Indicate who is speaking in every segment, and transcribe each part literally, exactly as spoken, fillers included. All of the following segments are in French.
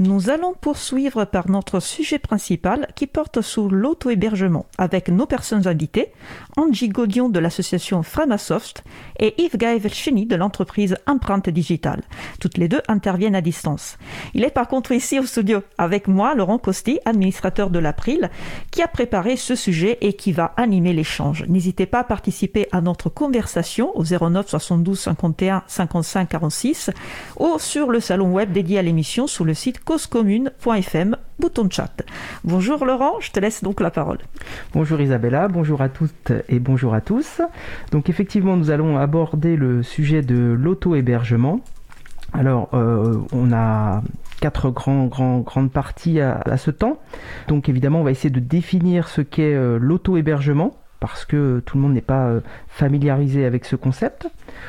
Speaker 1: Nous allons poursuivre par notre sujet principal qui porte sur l'auto-hébergement avec nos personnes invitées, Angie Gaudion de l'association Framasoft et Yves-Gaël Chény de l'entreprise Empreinte Digitale. Toutes les deux interviennent à distance. Il est par contre ici au studio avec moi, Laurent Costi, administrateur de l'April, qui a préparé ce sujet et qui va animer l'échange. N'hésitez pas à participer à notre conversation au zéro neuf soixante-douze cinquante et un cinquante-cinq quarante-six ou sur le salon web dédié à l'émission sur le site cause commune point f m, bouton de chat. Bonjour Laurent, je te laisse donc la parole.
Speaker 2: Bonjour Isabella, bonjour à toutes et bonjour à tous. Donc effectivement, nous allons aborder le sujet de l'auto-hébergement. Alors, euh, on a quatre grands, grands, grandes parties à, à ce temps. Donc évidemment, on va essayer de définir ce qu'est euh, l'auto-hébergement, parce que tout le monde n'est pas euh, familiarisé avec ce concept.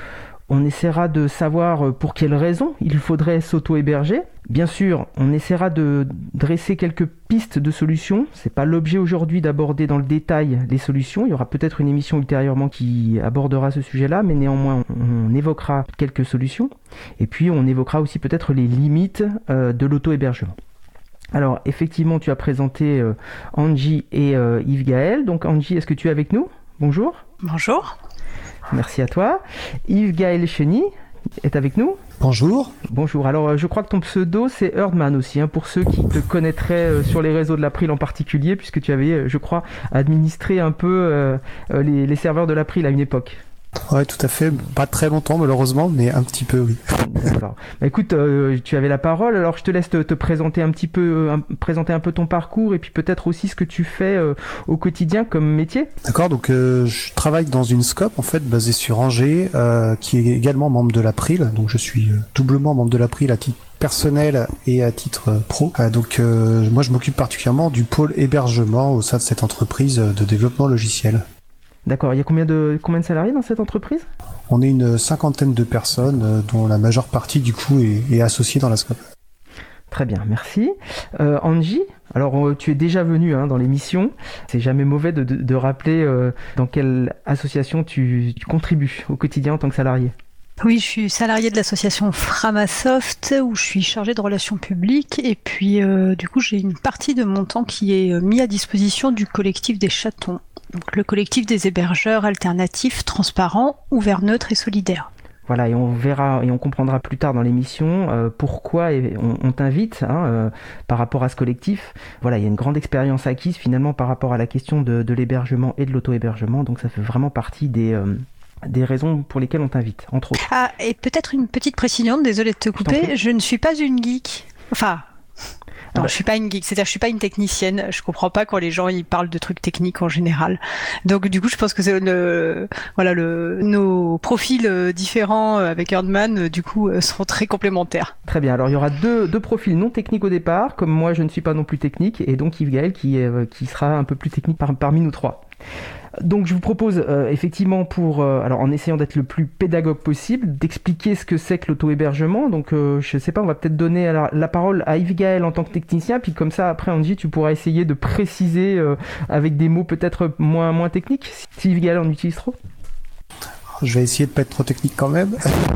Speaker 2: On essaiera de savoir pour quelles raisons il faudrait s'auto-héberger. Bien sûr, on essaiera de dresser quelques pistes de solutions. Ce n'est pas l'objet aujourd'hui d'aborder dans le détail les solutions. Il y aura peut-être une émission ultérieurement qui abordera ce sujet-là, mais néanmoins, on évoquera quelques solutions. Et puis, on évoquera aussi peut-être les limites euh, de l'auto-hébergement. Alors, effectivement, tu as présenté euh, Angie et euh, Yves-Gaël. Donc, Angie, est-ce que tu es avec nous ? Bonjour.
Speaker 3: Bonjour.
Speaker 2: Merci à toi. Yves-Gaël Chény est avec nous.
Speaker 4: Bonjour.
Speaker 2: Bonjour. Alors, je crois que ton pseudo, c'est Erdman aussi, hein, pour ceux qui te connaîtraient sur les réseaux de l'April en particulier, puisque tu avais, je crois, administré un peu euh, les, les serveurs de l'April à une époque.
Speaker 4: Ouais, tout à fait. Pas très longtemps, malheureusement, mais un petit peu, oui.
Speaker 2: D'accord. Bah, écoute, euh, tu avais la parole, alors je te laisse te, te présenter un petit peu, un, présenter un peu ton parcours et puis peut-être aussi ce que tu fais euh, au quotidien comme métier.
Speaker 4: D'accord, donc euh, je travaille dans une scope en fait basée sur Angers, euh, qui est également membre de l'April. Donc je suis euh, doublement membre de l'April à titre personnel et à titre euh, pro. Euh, donc euh, moi je m'occupe particulièrement du pôle hébergement au sein de cette entreprise de développement logiciel.
Speaker 2: D'accord, il y a combien de, combien de salariés dans cette entreprise ?
Speaker 4: On est une cinquantaine de personnes, euh, dont la majeure partie du coup est, est associée dans la scope.
Speaker 2: Très bien, merci. Euh, Angie, alors euh, tu es déjà venue hein, dans l'émission. C'est jamais mauvais de, de, de rappeler euh, dans quelle association tu, tu contribues au quotidien en tant que salarié.
Speaker 3: Oui, je suis salariée de l'association Framasoft où je suis chargée de relations publiques et puis euh, du coup j'ai une partie de mon temps qui est mis à disposition du collectif des chatons. Donc le collectif des hébergeurs alternatifs, transparents, ouverts, neutres et solidaires.
Speaker 2: Voilà, et on verra et on comprendra plus tard dans l'émission euh, pourquoi on, on t'invite hein, euh, par rapport à ce collectif. Voilà, il y a une grande expérience acquise finalement par rapport à la question de, de l'hébergement et de l'auto-hébergement, donc ça fait vraiment partie des... Euh, des raisons pour lesquelles on t'invite, entre autres.
Speaker 3: Ah, et peut-être une petite précision, désolée de te couper, je, je ne suis pas une geek. Enfin, non, ah bah. je suis pas une geek, c'est-à-dire je suis pas une technicienne, je comprends pas quand les gens ils parlent de trucs techniques en général. Donc du coup, je pense que c'est le, voilà, le, nos profils différents avec Erdman, du coup, seront très complémentaires.
Speaker 2: Très bien, alors il y aura deux, deux profils non techniques au départ, comme moi je ne suis pas non plus technique, et donc Yves-Gaël qui, euh, qui sera un peu plus technique par, parmi nous trois. Donc je vous propose euh, effectivement pour, euh, alors en essayant d'être le plus pédagogue possible, d'expliquer ce que c'est que l'auto-hébergement. Donc euh, je sais pas, on va peut-être donner la, la parole à Yves-Gaël en tant que technicien, puis comme ça après Angie tu pourras essayer de préciser euh, avec des mots peut-être moins, moins techniques, si Yves-Gaël en utilise trop.
Speaker 4: Je vais essayer de pas être trop technique quand même.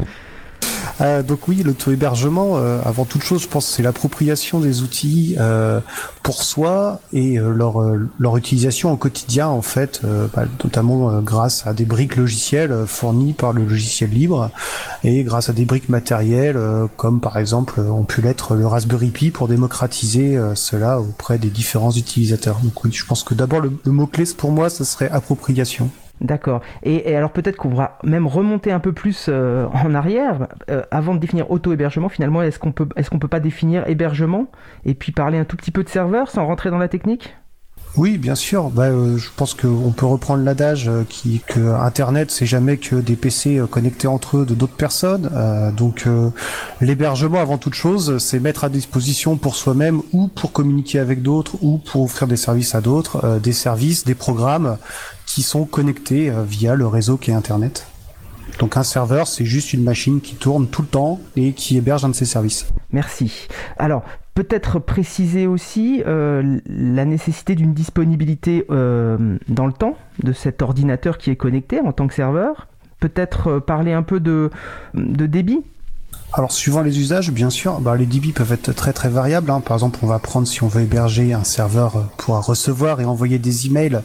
Speaker 4: Euh, donc oui, l'auto-hébergement, euh, avant toute chose, je pense que c'est l'appropriation des outils euh, pour soi et euh, leur, euh, leur utilisation au quotidien, en fait, euh, bah, notamment euh, grâce à des briques logicielles euh, fournies par le logiciel libre et grâce à des briques matérielles, euh, comme par exemple euh, ont pu l'être le Raspberry Pi pour démocratiser euh, cela auprès des différents utilisateurs. Donc oui, je pense que d'abord le, le mot-clé pour moi, ce serait appropriation.
Speaker 2: D'accord. Et, et alors peut-être qu'on va même remonter un peu plus euh, en arrière, euh, avant de définir auto-hébergement, finalement, est-ce qu'on peut, est-ce qu'on peut pas définir hébergement et puis parler un tout petit peu de serveur sans rentrer dans la technique ?
Speaker 4: Oui, bien sûr. Bah, euh, je pense qu'on peut reprendre l'adage euh, qui que Internet, c'est jamais que des P C euh, connectés entre eux de d'autres personnes. Euh, donc, euh, l'hébergement, avant toute chose, c'est mettre à disposition pour soi-même ou pour communiquer avec d'autres ou pour offrir des services à d'autres, euh, des services, des programmes qui sont connectés euh, via le réseau qui est Internet. Donc un serveur, c'est juste une machine qui tourne tout le temps et qui héberge un de ses services.
Speaker 2: Merci. Alors, peut-être préciser aussi euh, la nécessité d'une disponibilité euh, dans le temps de cet ordinateur qui est connecté en tant que serveur. Peut-être euh, parler un peu de, de débit
Speaker 4: Alors suivant les usages, bien sûr, bah, les débits peuvent être très très variables. Hein. Par exemple, on va prendre si on veut héberger un serveur pour recevoir et envoyer des emails.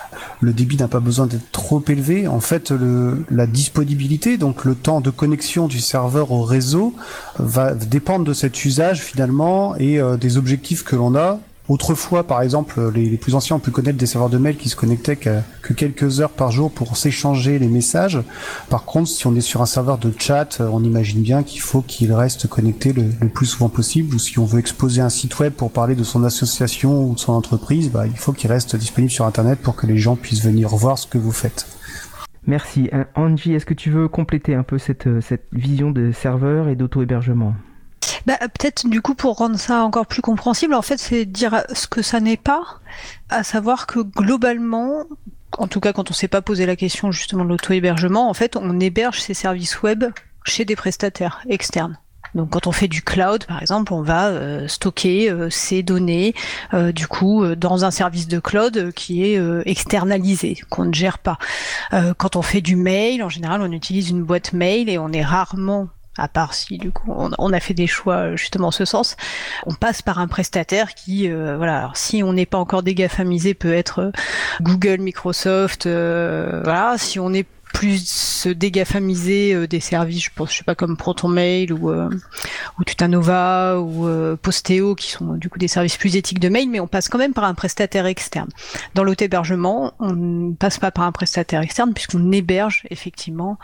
Speaker 4: Le débit n'a pas besoin d'être trop élevé. En fait, le, la disponibilité, donc le temps de connexion du serveur au réseau, va dépendre de cet usage finalement et euh, des objectifs que l'on a. Autrefois, par exemple, les, les plus anciens ont pu connaître des serveurs de mail qui se connectaient que, que quelques heures par jour pour s'échanger les messages. Par contre, si on est sur un serveur de chat, on imagine bien qu'il faut qu'il reste connecté le, le plus souvent possible. Ou si on veut exposer un site web pour parler de son association ou de son entreprise, bah, il faut qu'il reste disponible sur Internet pour que les gens puissent venir voir ce que vous faites.
Speaker 2: Merci. Angie, est-ce que tu veux compléter un peu cette, cette vision de serveur et d'auto-hébergement ?
Speaker 3: Bah, peut-être du coup pour rendre ça encore plus compréhensible, en fait c'est dire ce que ça n'est pas, à savoir que globalement, en tout cas quand on ne s'est pas posé la question justement de l'auto-hébergement, en fait on héberge ses services web chez des prestataires externes. Donc quand on fait du cloud par exemple, on va euh, stocker euh, ces données euh, du coup euh, dans un service de cloud euh, qui est euh, externalisé, qu'on ne gère pas. Euh, quand on fait du mail, en général on utilise une boîte mail et on est rarement, à part si du coup on, on a fait des choix justement en ce sens, on passe par un prestataire qui, euh, voilà, alors si on n'est pas encore dégafamisé, peut être euh, Google, Microsoft, euh, voilà, si on est plus dégafamisé euh, des services, je pense, je sais pas, comme ProtonMail ou euh, ou Tutanova ou euh, Posteo, qui sont du coup des services plus éthiques de mail, mais on passe quand même par un prestataire externe. Dans l'auto-hébergement, on ne passe pas par un prestataire externe puisqu'on héberge effectivement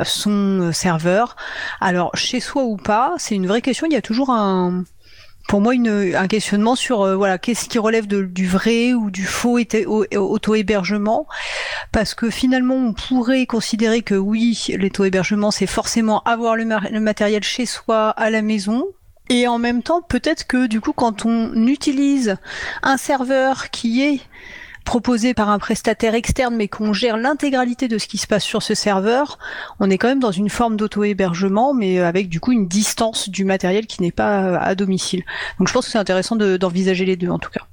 Speaker 3: son serveur. Alors chez soi ou pas, c'est une vraie question. Il y a toujours un Pour moi, une, un questionnement sur euh, voilà, qu'est-ce qui relève de, du vrai ou du faux auto-hébergement, parce que finalement, on pourrait considérer que oui, l'auto-hébergement, c'est forcément avoir le, ma- le matériel chez soi, à la maison, et en même temps, peut-être que du coup, quand on utilise un serveur qui est proposé par un prestataire externe, mais qu'on gère l'intégralité de ce qui se passe sur ce serveur, on est quand même dans une forme d'auto-hébergement, mais avec du coup une distance du matériel qui n'est pas à domicile. Donc je pense que c'est intéressant de, d'envisager les deux en tout cas.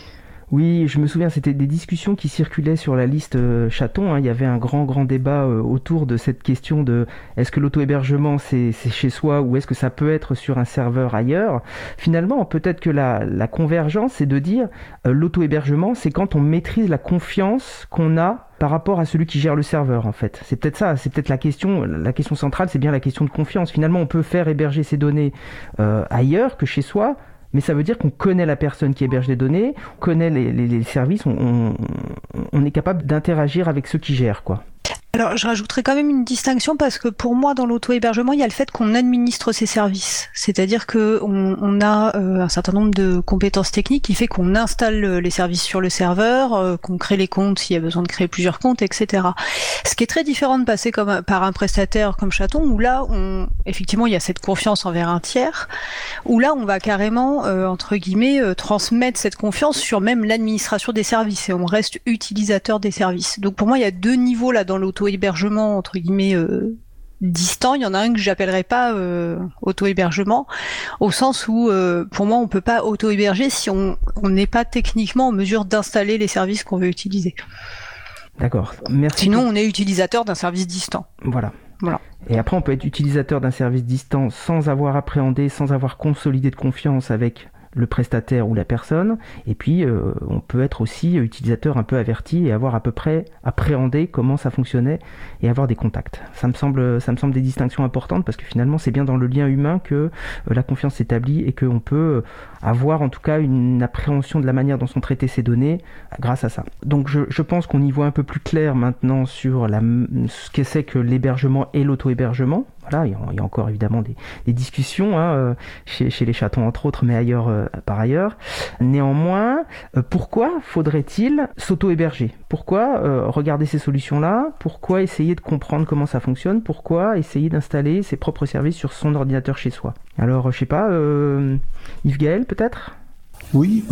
Speaker 2: Oui, je me souviens, c'était des discussions qui circulaient sur la liste euh, chaton. Hein. Il y avait un grand, grand débat euh, autour de cette question de est-ce que l'auto-hébergement c'est, c'est chez soi ou est-ce que ça peut être sur un serveur ailleurs. Finalement, peut-être que la, la convergence, c'est de dire euh, l'auto-hébergement, c'est quand on maîtrise la confiance qu'on a par rapport à celui qui gère le serveur, en fait. C'est peut-être ça, c'est peut-être la question, la question centrale, c'est bien la question de confiance. Finalement, on peut faire héberger ses données euh, ailleurs que chez soi, mais ça veut dire qu'on connaît la personne qui héberge les données, on connaît les, les, les services, on, on, on est capable d'interagir avec ceux qui gèrent, quoi.
Speaker 3: Alors, je rajouterais quand même une distinction parce que pour moi, dans l'auto-hébergement, il y a le fait qu'on administre ces services. C'est-à-dire que on, on a euh, un certain nombre de compétences techniques qui fait qu'on installe les services sur le serveur, euh, qu'on crée les comptes s'il y a besoin de créer plusieurs comptes, et cetera. Ce qui est très différent de passer comme par un prestataire comme Chaton, où là, on, effectivement, il y a cette confiance envers un tiers, où là, on va carrément, euh, entre guillemets, euh, transmettre cette confiance sur même l'administration des services et on reste utilisateur des services. Donc pour moi, il y a deux niveaux là dans l'auto hébergement entre guillemets euh, distant. Il y en a un que j'appellerais pas euh, auto-hébergement, au sens où euh, pour moi on peut pas auto-héberger si on on n'est pas techniquement en mesure d'installer les services qu'on veut utiliser.
Speaker 2: D'accord, merci.
Speaker 3: Sinon on est utilisateur d'un service distant.
Speaker 2: Voilà.
Speaker 3: Voilà.
Speaker 2: Et après on peut être utilisateur d'un service distant sans avoir appréhendé, sans avoir consolidé de confiance avec le prestataire ou la personne, et puis euh, on peut être aussi utilisateur un peu averti et avoir à peu près appréhendé comment ça fonctionnait et avoir des contacts. Ça me semble, ça me semble des distinctions importantes parce que finalement c'est bien dans le lien humain que euh, la confiance s'établit et qu'on peut avoir en tout cas une appréhension de la manière dont sont traitées ces données grâce à ça. Donc je, je pense qu'on y voit un peu plus clair maintenant sur la, ce que c'est que l'hébergement et l'auto-hébergement. Voilà, il y a encore évidemment des, des discussions hein, chez, chez les chatons entre autres, mais ailleurs euh, par ailleurs. Néanmoins, euh, pourquoi faudrait-il s'auto-héberger ? Pourquoi euh, regarder ces solutions-là ? Pourquoi essayer de comprendre comment ça fonctionne ? Pourquoi essayer d'installer ses propres services sur son ordinateur chez soi ? Alors, je sais pas, euh, Yves Gaël peut-être ?
Speaker 4: Oui, bah,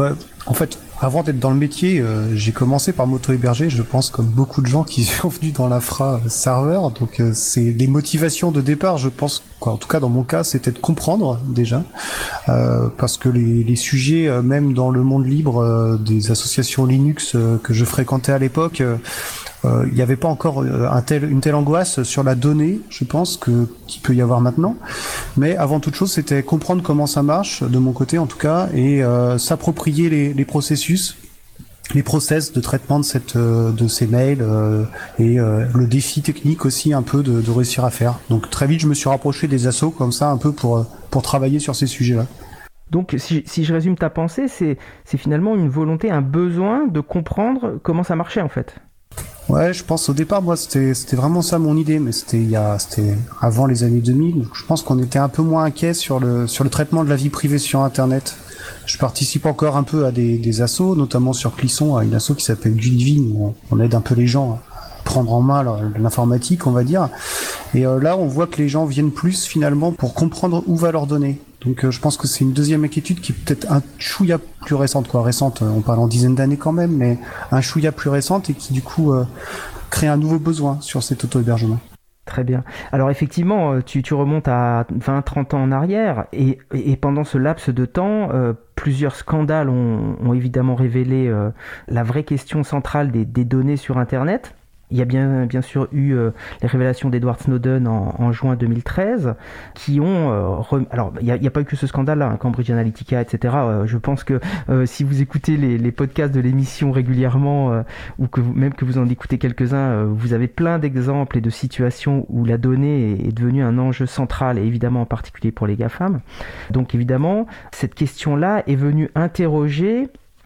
Speaker 4: En fait, avant d'être dans le métier, euh, j'ai commencé par m'auto-héberger, je pense, comme beaucoup de gens qui sont venus dans l'infra serveur. Donc, euh, c'est les motivations de départ, je pense, quoi, en tout cas dans mon cas, c'était de comprendre déjà, euh, parce que les, les sujets, euh, même dans le monde libre euh, des associations Linux euh, que je fréquentais à l'époque, euh, Euh, il n'y avait pas encore un tel, une telle angoisse sur la donnée, je pense, que qu'il peut y avoir maintenant. Mais avant toute chose, c'était comprendre comment ça marche, de mon côté en tout cas, et euh, s'approprier les, les processus, les process de traitement de cette, euh, de ces mails euh, et euh, le défi technique aussi un peu de, de réussir à faire. Donc très vite, je me suis rapproché des assos comme ça, un peu pour pour travailler sur ces sujets-là.
Speaker 2: Donc, si, si je résume ta pensée, c'est c'est finalement une volonté, un besoin de comprendre comment ça marchait en fait.
Speaker 4: Ouais, je pense au départ, moi, c'était c'était vraiment ça mon idée, mais c'était il y a c'était avant les années deux mille. Donc je pense qu'on était un peu moins inquiet sur le sur le traitement de la vie privée sur Internet. Je participe encore un peu à des des assos, notamment sur Clisson, à une asso qui s'appelle Du Living, où on, on aide un peu les gens à prendre en main l'informatique, on va dire. Et euh, là, on voit que les gens viennent plus finalement pour comprendre où va leur donner. Donc euh, je pense que c'est une deuxième inquiétude qui est peut-être un chouïa plus récente, quoi. Récente, on parle en dizaine d'années quand même, mais un chouïa plus récente et qui du coup euh, crée un nouveau besoin sur cet auto-hébergement.
Speaker 2: Très bien. Alors effectivement, tu, tu remontes à vingt trente ans en arrière et, et pendant ce laps de temps, euh, plusieurs scandales ont, ont évidemment révélé euh, la vraie question centrale des, des données sur Internet. Il y a bien, bien sûr eu euh, les révélations d'Edward Snowden en, en juin deux mille treize, qui ont... Euh, rem... Alors, il n'y a, a pas eu que ce scandale-là, hein, Cambridge Analytica, et cetera. Euh, je pense que euh, si vous écoutez les, les podcasts de l'émission régulièrement, euh, ou que vous, même que vous en écoutez quelques-uns, euh, vous avez plein d'exemples et de situations où la donnée est, est devenue un enjeu central, et évidemment en particulier pour les GAFAM. Donc évidemment, cette question-là est venue interroger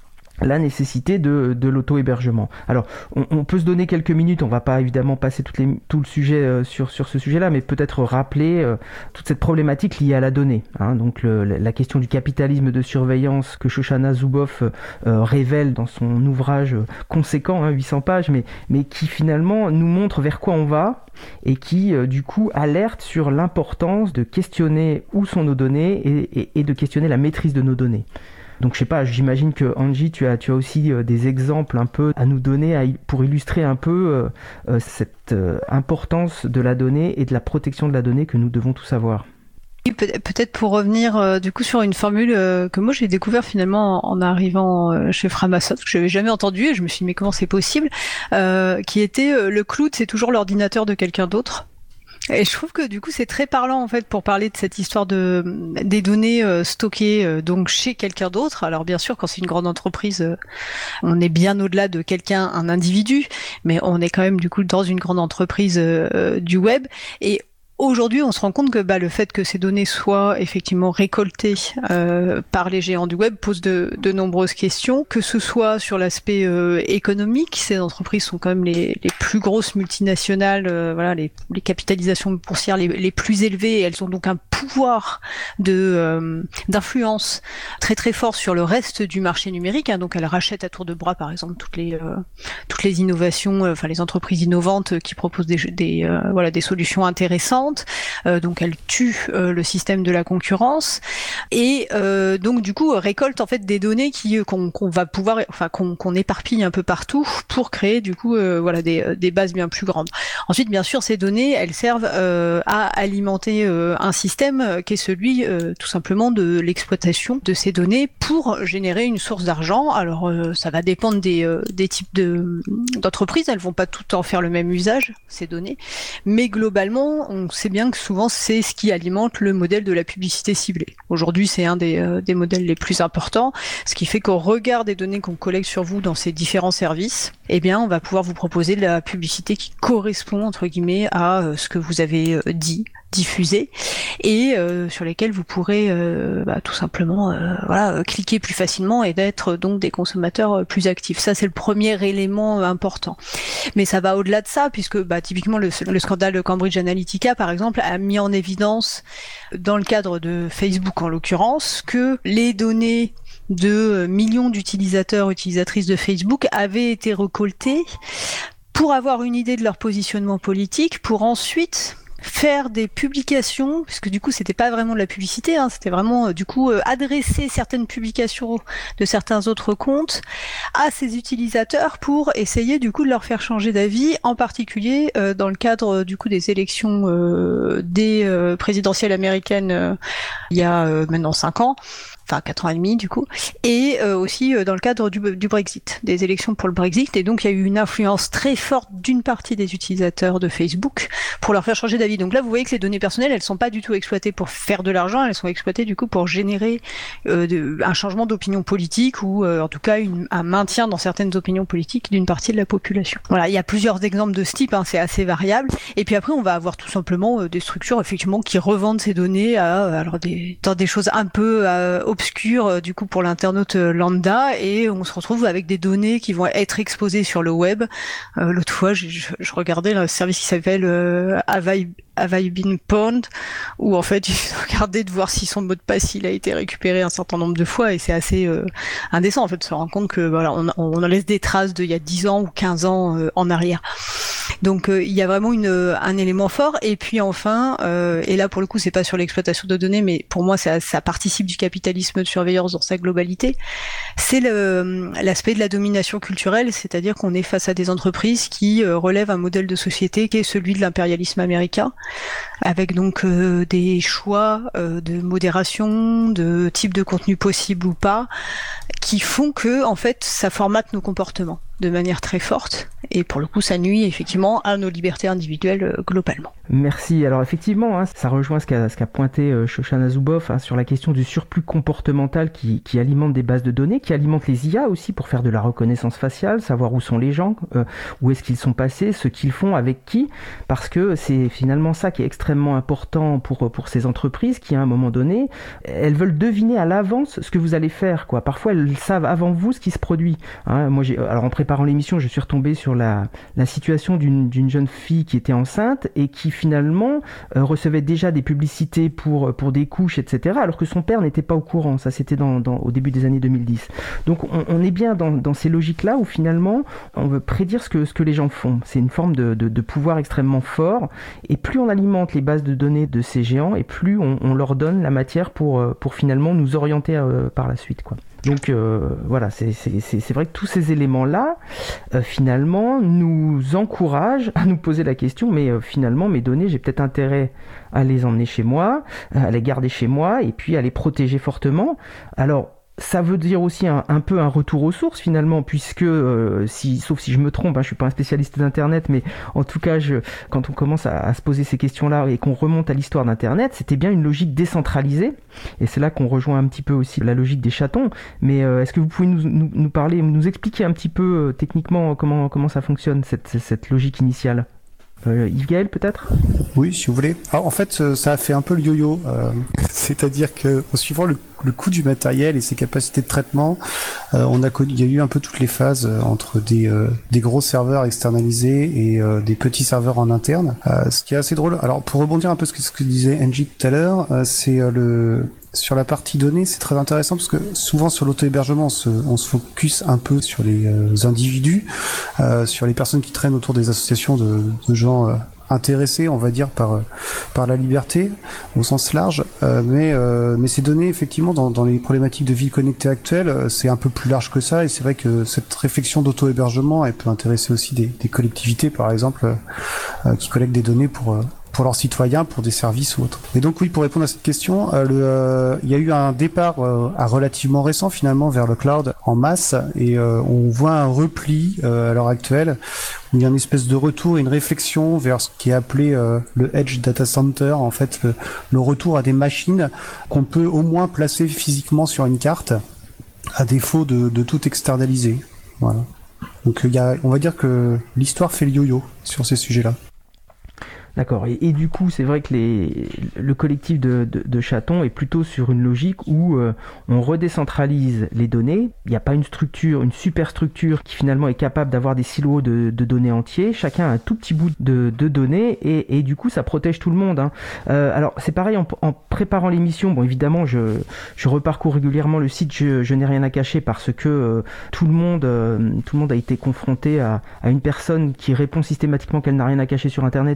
Speaker 2: la nécessité de, de l'auto-hébergement. Alors, on, on peut se donner quelques minutes, on ne va pas évidemment passer toutes les, tout le sujet euh, sur, sur ce sujet-là, mais peut-être rappeler euh, toute cette problématique liée à la donnée. Hein, donc, le, la question du capitalisme de surveillance que Shoshana Zuboff euh, révèle dans son ouvrage conséquent, hein, huit cents pages, mais, mais qui finalement nous montre vers quoi on va et qui, euh, du coup, alerte sur l'importance de questionner où sont nos données et, et, et de questionner la maîtrise de nos données. Donc je sais pas, j'imagine que Angie, tu as, tu as aussi euh, des exemples un peu à nous donner à, pour illustrer un peu euh, euh, cette euh, importance de la donnée et de la protection de la donnée que nous devons tous avoir.
Speaker 3: Peut-être pour revenir euh, du coup sur une formule euh, que moi j'ai découvert finalement en, en arrivant euh, chez Framasoft, que je n'avais jamais entendu et je me suis dit mais comment c'est possible, euh, qui était euh, le cloud c'est toujours l'ordinateur de quelqu'un d'autre. Et je trouve que du coup c'est très parlant en fait pour parler de cette histoire de des données euh, stockées euh, donc chez quelqu'un d'autre. Alors bien sûr quand c'est une grande entreprise, euh, on est bien au-delà de quelqu'un, un individu, mais on est quand même du coup dans une grande entreprise euh, du web. Et aujourd'hui, on se rend compte que bah, le fait que ces données soient effectivement récoltées euh, par les géants du web pose de, de nombreuses questions, que ce soit sur l'aspect euh, économique. Ces entreprises sont quand même les, les plus grosses multinationales, euh, voilà, les, les capitalisations boursières les, les plus élevées. Et elles ont donc un pouvoir de euh, d'influence très très fort sur le reste du marché numérique. Hein. Donc, elles rachètent à tour de bras, par exemple, toutes les euh, toutes les innovations, enfin euh, les entreprises innovantes qui proposent des des euh, voilà des solutions intéressantes. Euh, donc elle tue euh, le système de la concurrence et euh, donc du coup récolte en fait des données qui qu'on, qu'on va pouvoir enfin qu'on, qu'on éparpille un peu partout pour créer du coup euh, voilà des, des bases bien plus grandes. Ensuite bien sûr ces données elles servent euh, à alimenter euh, un système qui est celui euh, tout simplement de l'exploitation de ces données pour générer une source d'argent. Alors euh, ça va dépendre des, euh, des types de d'entreprises, elles vont pas toutes en faire le même usage ces données, mais globalement on sait bien que souvent c'est ce qui alimente le modèle de la publicité ciblée. Aujourd'hui c'est un des, euh, des modèles les plus importants, ce qui fait qu'au regard des données qu'on collecte sur vous dans ces différents services, eh bien on va pouvoir vous proposer de la publicité qui correspond entre guillemets à euh, ce que vous avez euh, dit, diffusé et euh, sur lesquels vous pourrez euh, bah, tout simplement euh, voilà cliquer plus facilement et d'être donc des consommateurs euh, plus actifs. Ça c'est le premier élément euh, important. Mais ça va au-delà de ça puisque bah, typiquement le, le scandale de Cambridge Analytica par exemple a mis en évidence dans le cadre de Facebook en l'occurrence que les données de millions d'utilisateurs utilisatrices de Facebook avaient été récoltées pour avoir une idée de leur positionnement politique pour ensuite faire des publications, puisque du coup c'était pas vraiment de la publicité, hein, c'était vraiment euh, du coup euh, adresser certaines publications de certains autres comptes à ces utilisateurs pour essayer du coup de leur faire changer d'avis, en particulier euh, dans le cadre euh, du coup des élections euh, des euh, présidentielles américaines euh, il y a euh, maintenant cinq ans. Enfin quatre ans et demi du coup, et euh, aussi euh, dans le cadre du, du Brexit, des élections pour le Brexit, et donc il y a eu une influence très forte d'une partie des utilisateurs de Facebook pour leur faire changer d'avis. Donc là vous voyez que les données personnelles, elles sont pas du tout exploitées pour faire de l'argent, elles sont exploitées du coup pour générer euh, de, un changement d'opinion politique ou euh, en tout cas une, un maintien dans certaines opinions politiques d'une partie de la population. Voilà, il y a plusieurs exemples de ce type, hein, c'est assez variable, et puis après on va avoir tout simplement euh, des structures effectivement qui revendent ces données à alors des, dans des choses un peu euh, obscur euh, du coup pour l'internaute euh, lambda, et on se retrouve avec des données qui vont être exposées sur le web. Euh, l'autre fois je, je, je regardais un service qui s'appelle euh, Have I, Have I Been Pwned, où en fait il regardait de voir si son mot de passe il a été récupéré un certain nombre de fois, et c'est assez euh, indécent en fait de se rendre compte que voilà on, on en laisse des traces d'il y a dix ans ou quinze ans euh, en arrière. Donc euh, il y a vraiment une, un élément fort, et puis enfin euh, et là pour le coup c'est pas sur l'exploitation de données, mais pour moi ça, ça participe du capitalisme de surveillance dans sa globalité, c'est le, l'aspect de la domination culturelle, c'est-à-dire qu'on est face à des entreprises qui euh, relèvent un modèle de société qui est celui de l'impérialisme américain, avec donc euh, des choix euh, de modération, de type de contenu possible ou pas, qui font que en fait ça formate nos comportements de manière très forte, et pour le coup ça nuit effectivement à nos libertés individuelles euh, globalement.
Speaker 2: Merci. Alors effectivement, hein, ça rejoint ce qu'a, ce qu'a pointé euh, Shoshana Zuboff hein, sur la question du surplus comportemental qui, qui alimente des bases de données, qui alimente les I A aussi pour faire de la reconnaissance faciale, savoir où sont les gens, euh, où est-ce qu'ils sont passés, ce qu'ils font, avec qui, parce que c'est finalement ça qui est extrêmement important pour, pour ces entreprises qui à un moment donné, elles veulent deviner à l'avance ce que vous allez faire, quoi. Parfois elles savent avant vous ce qui se produit. Hein. Moi j'ai, alors en préparant l'émission, je suis retombé sur la, la situation d'une, d'une jeune fille qui était enceinte et qui finalement euh, recevait déjà des publicités pour, pour des couches, et cetera, alors que son père n'était pas au courant. Ça, c'était dans, dans, au début des années deux mille dix. Donc, on, on est bien dans, dans ces logiques-là où finalement, on veut prédire ce que, ce que les gens font. C'est une forme de, de, de pouvoir extrêmement fort. Et plus on alimente les bases de données de ces géants, et plus on, on leur donne la matière pour, pour finalement nous orienter euh, par la suite, quoi. Donc euh, voilà, c'est, c'est, c'est, c'est vrai que tous ces éléments-là, euh, finalement, nous encouragent à nous poser la question, mais euh, finalement, mes données, j'ai peut-être intérêt à les emmener chez moi, à les garder chez moi, et puis à les protéger fortement. Alors, ça veut dire aussi un, un peu un retour aux sources finalement, puisque euh, si, sauf si je me trompe, hein, je suis pas un spécialiste d'internet, mais en tout cas, je, quand on commence à, à se poser ces questions-là et qu'on remonte à l'histoire d'internet, c'était bien une logique décentralisée, et c'est là qu'on rejoint un petit peu aussi la logique des chatons. Mais euh, est-ce que vous pouvez nous, nous, nous parler, nous expliquer un petit peu euh, techniquement comment comment ça fonctionne cette cette logique initiale? Euh, Yves-Gaël peut-être?
Speaker 4: Oui, si vous voulez. Alors, en fait, ça a fait un peu le yo-yo, euh, c'est-à-dire que, en suivant le, le coût du matériel et ses capacités de traitement, euh, on a connu, il y a eu un peu toutes les phases euh, entre des euh, des gros serveurs externalisés et euh, des petits serveurs en interne. Euh, ce qui est assez drôle. Alors, pour rebondir un peu sur ce que disait Angie tout à l'heure, euh, c'est euh, le sur la partie données, c'est très intéressant parce que souvent sur l'auto-hébergement, on se, on se focus un peu sur les euh, individus, euh, sur les personnes qui traînent autour des associations de, de gens euh, intéressés, on va dire, par par la liberté au sens large. Euh, mais euh, mais ces données, effectivement, dans, dans les problématiques de vie connectée actuelles, c'est un peu plus large que ça. Et c'est vrai que cette réflexion d'auto-hébergement, elle peut intéresser aussi des, des collectivités, par exemple, euh, qui collectent des données pour euh, pour leurs citoyens, pour des services ou autres. Et donc oui, pour répondre à cette question, euh, le, euh, il y a eu un départ euh, à relativement récent finalement vers le cloud en masse, et euh, on voit un repli euh, à l'heure actuelle, où il y a une espèce de retour et une réflexion vers ce qui est appelé euh, le Edge Data Center, en fait le, le retour à des machines qu'on peut au moins placer physiquement sur une carte, à défaut de, de tout externaliser. Voilà. Donc il y a, on va dire que l'histoire fait le yo-yo sur ces sujets-là.
Speaker 2: D'accord. Et, et du coup, c'est vrai que les, le collectif de, de, de chatons est plutôt sur une logique où euh, on redécentralise les données. Il n'y a pas une structure, une superstructure qui finalement est capable d'avoir des silos de, de données entiers. Chacun a un tout petit bout de, de données, et, et du coup, ça protège tout le monde. Hein. Euh, alors, c'est pareil en, en préparant l'émission. Bon, évidemment, je, je reparcours régulièrement le site. Je, je n'ai rien à cacher parce que euh, tout le monde, euh, tout le monde a été confronté à, à une personne qui répond systématiquement qu'elle n'a rien à cacher sur Internet et qu'elle ne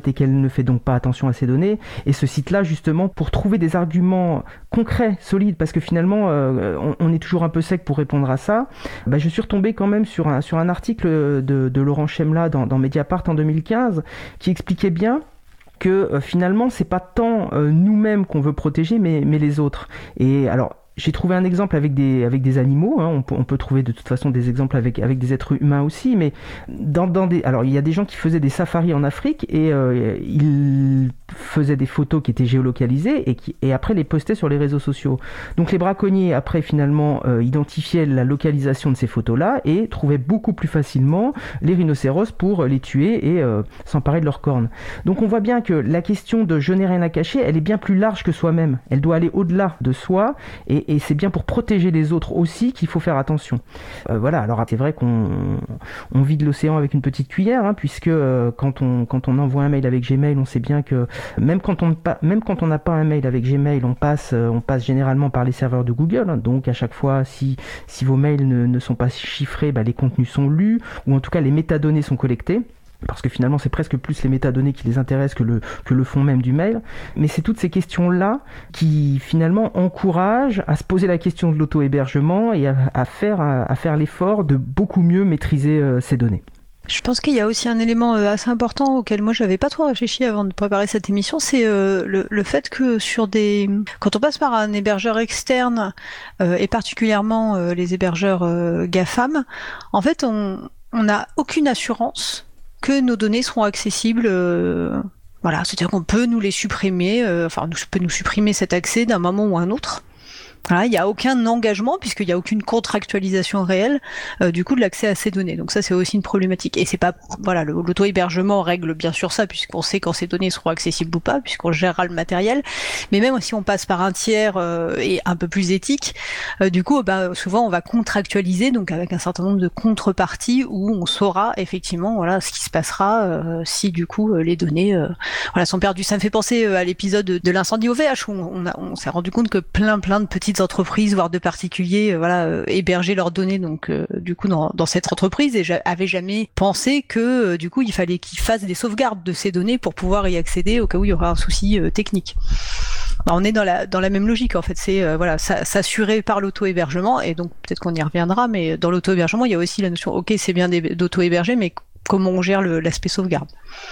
Speaker 2: ne fait donc pas attention à ces données. Et ce site-là, justement, pour trouver des arguments concrets, solides, parce que finalement, euh, on, on est toujours un peu sec pour répondre à ça, bah, je suis retombé quand même sur un, sur un article de, de Laurent Chemla dans, dans Mediapart en deux mille quinze qui expliquait bien que euh, finalement, c'est pas tant euh, nous-mêmes qu'on veut protéger, mais, mais les autres. Et alors, j'ai trouvé un exemple avec des, avec des animaux, hein. on, peut, on peut trouver de toute façon des exemples avec, avec des êtres humains aussi, mais dans, dans des, alors il y a des gens qui faisaient des safaris en Afrique et euh, ils faisaient des photos qui étaient géolocalisées et, qui, et après les postaient sur les réseaux sociaux. Donc les braconniers après finalement euh, identifiaient la localisation de ces photos-là et trouvaient beaucoup plus facilement les rhinocéros pour les tuer et euh, s'emparer de leurs cornes. Donc on voit bien que la question de je n'ai rien à cacher, elle est bien plus large que soi-même. Elle doit aller au-delà de soi et Et c'est bien pour protéger les autres aussi qu'il faut faire attention. Euh, voilà, alors c'est vrai qu'on on vide l'océan avec une petite cuillère, hein, puisque euh, quand, on, quand on envoie un mail avec Gmail, on sait bien que même quand on même quand on n'a pas un mail avec Gmail, on passe, on passe généralement par les serveurs de Google. Hein, donc à chaque fois, si, si vos mails ne, ne sont pas chiffrés, bah, les contenus sont lus, ou en tout cas les métadonnées sont collectées. Parce que finalement, c'est presque plus les métadonnées qui les intéressent que le, que le fond même du mail. Mais c'est toutes ces questions-là qui, finalement, encouragent à se poser la question de l'auto-hébergement et à, à, faire, à, à faire l'effort de beaucoup mieux maîtriser euh, ces données.
Speaker 3: Je pense qu'il y a aussi un élément assez important auquel moi j'avais pas trop réfléchi avant de préparer cette émission, c'est euh, le, le fait que sur des, quand on passe par un hébergeur externe euh, et particulièrement euh, les hébergeurs euh, GAFAM, en fait on on n'a aucune assurance que nos données seront accessibles. Euh, voilà, c'est-à-dire qu'on peut nous les supprimer, euh, enfin, nous peut nous supprimer cet accès d'un moment ou un autre. Voilà, il n'y a aucun engagement puisqu'il n'y a aucune contractualisation réelle euh, du coup de l'accès à ces données. Donc ça c'est aussi une problématique. Et c'est pas voilà le, l'auto-hébergement règle bien sûr ça puisqu'on sait quand ces données seront accessibles ou pas puisqu'on gérera le matériel. Mais même si on passe par un tiers euh, et un peu plus éthique, euh, du coup bah, souvent on va contractualiser donc avec un certain nombre de contreparties où on saura effectivement voilà ce qui se passera euh, si du coup euh, les données euh, voilà sont perdues. Ça me fait penser euh, à l'épisode de, de l'incendie au V H où on, on, a, on s'est rendu compte que plein plein de petites entreprises, voire de particuliers, euh, voilà, euh, héberger leurs données donc euh, du coup dans, dans cette entreprise et j'avais jamais pensé que euh, du coup il fallait qu'ils fassent des sauvegardes de ces données pour pouvoir y accéder au cas où il y aura un souci euh, technique. Bah, on est dans la dans la même logique en fait, c'est euh, voilà s'assurer par l'auto-hébergement et donc peut-être qu'on y reviendra, mais dans l'auto-hébergement il y a aussi la notion, ok c'est bien d'auto-héberger, mais comment on gère le, l'aspect sauvegarde.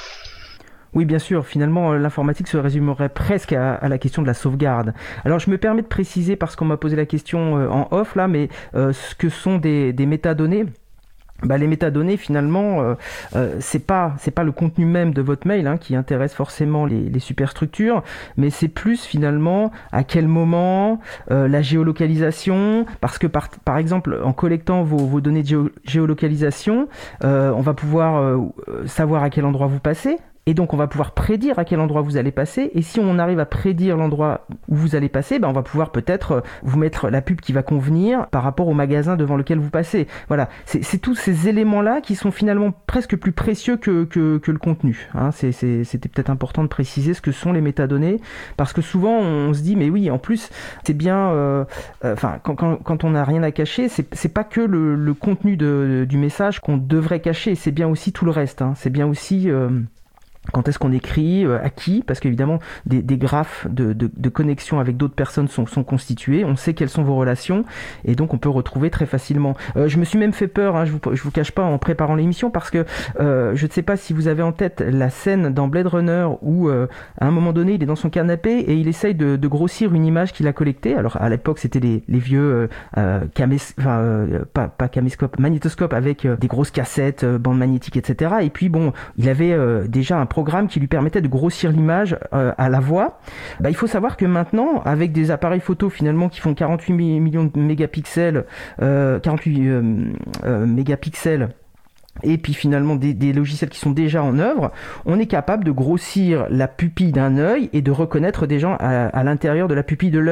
Speaker 2: Oui, bien sûr, finalement, l'informatique se résumerait presque à, à la question de la sauvegarde. Alors, je me permets de préciser, parce qu'on m'a posé la question euh, en off, là, mais euh, ce que sont des, des métadonnées. Bah, les métadonnées, finalement, euh, euh, c'est pas c'est pas le contenu même de votre mail hein, qui intéresse forcément les, les superstructures, mais c'est plus finalement à quel moment, euh, la géolocalisation, parce que par, par exemple, en collectant vos, vos données de géo, géolocalisation, euh, on va pouvoir euh, savoir à quel endroit vous passez. Et donc, on va pouvoir prédire à quel endroit vous allez passer. Et si on arrive à prédire l'endroit où vous allez passer, ben on va pouvoir peut-être vous mettre la pub qui va convenir par rapport au magasin devant lequel vous passez. Voilà, c'est, c'est tous ces éléments-là qui sont finalement presque plus précieux que, que, que le contenu. Hein, c'est, c'est, c'était peut-être important de préciser ce que sont les métadonnées, parce que souvent, on se dit, mais oui, en plus, c'est bien... Euh, euh, enfin, quand, quand, quand on n'a rien à cacher, c'est, c'est pas que le, le contenu de, du message qu'on devrait cacher, c'est bien aussi tout le reste. Hein, c'est bien aussi... Euh, Quand est-ce qu'on écrit, euh, à qui, parce qu'évidemment des, des graphes de, de, de connexion avec d'autres personnes sont, sont constitués, on sait quelles sont vos relations et donc on peut retrouver très facilement. Euh, je me suis même fait peur, hein, je vous, je vous cache pas en préparant l'émission parce que euh, je ne sais pas si vous avez en tête la scène dans Blade Runner où euh, à un moment donné il est dans son canapé et il essaye de, de grossir une image qu'il a collectée. Alors à l'époque c'était les, les vieux euh, camés, enfin euh, pas, pas caméscope, magnétoscope avec euh, des grosses cassettes, euh, bandes magnétiques, et cetera. Et puis bon, il avait euh, déjà un programme qui lui permettait de grossir l'image euh, à la voix. Bah, il faut savoir que maintenant, avec des appareils photo finalement qui font quarante-huit millions de mégapixels, euh, quarante-huit euh, euh, mégapixels, et puis finalement des, des logiciels qui sont déjà en œuvre, on est capable de grossir la pupille d'un œil et de reconnaître des gens à, à l'intérieur de la pupille de l'œil.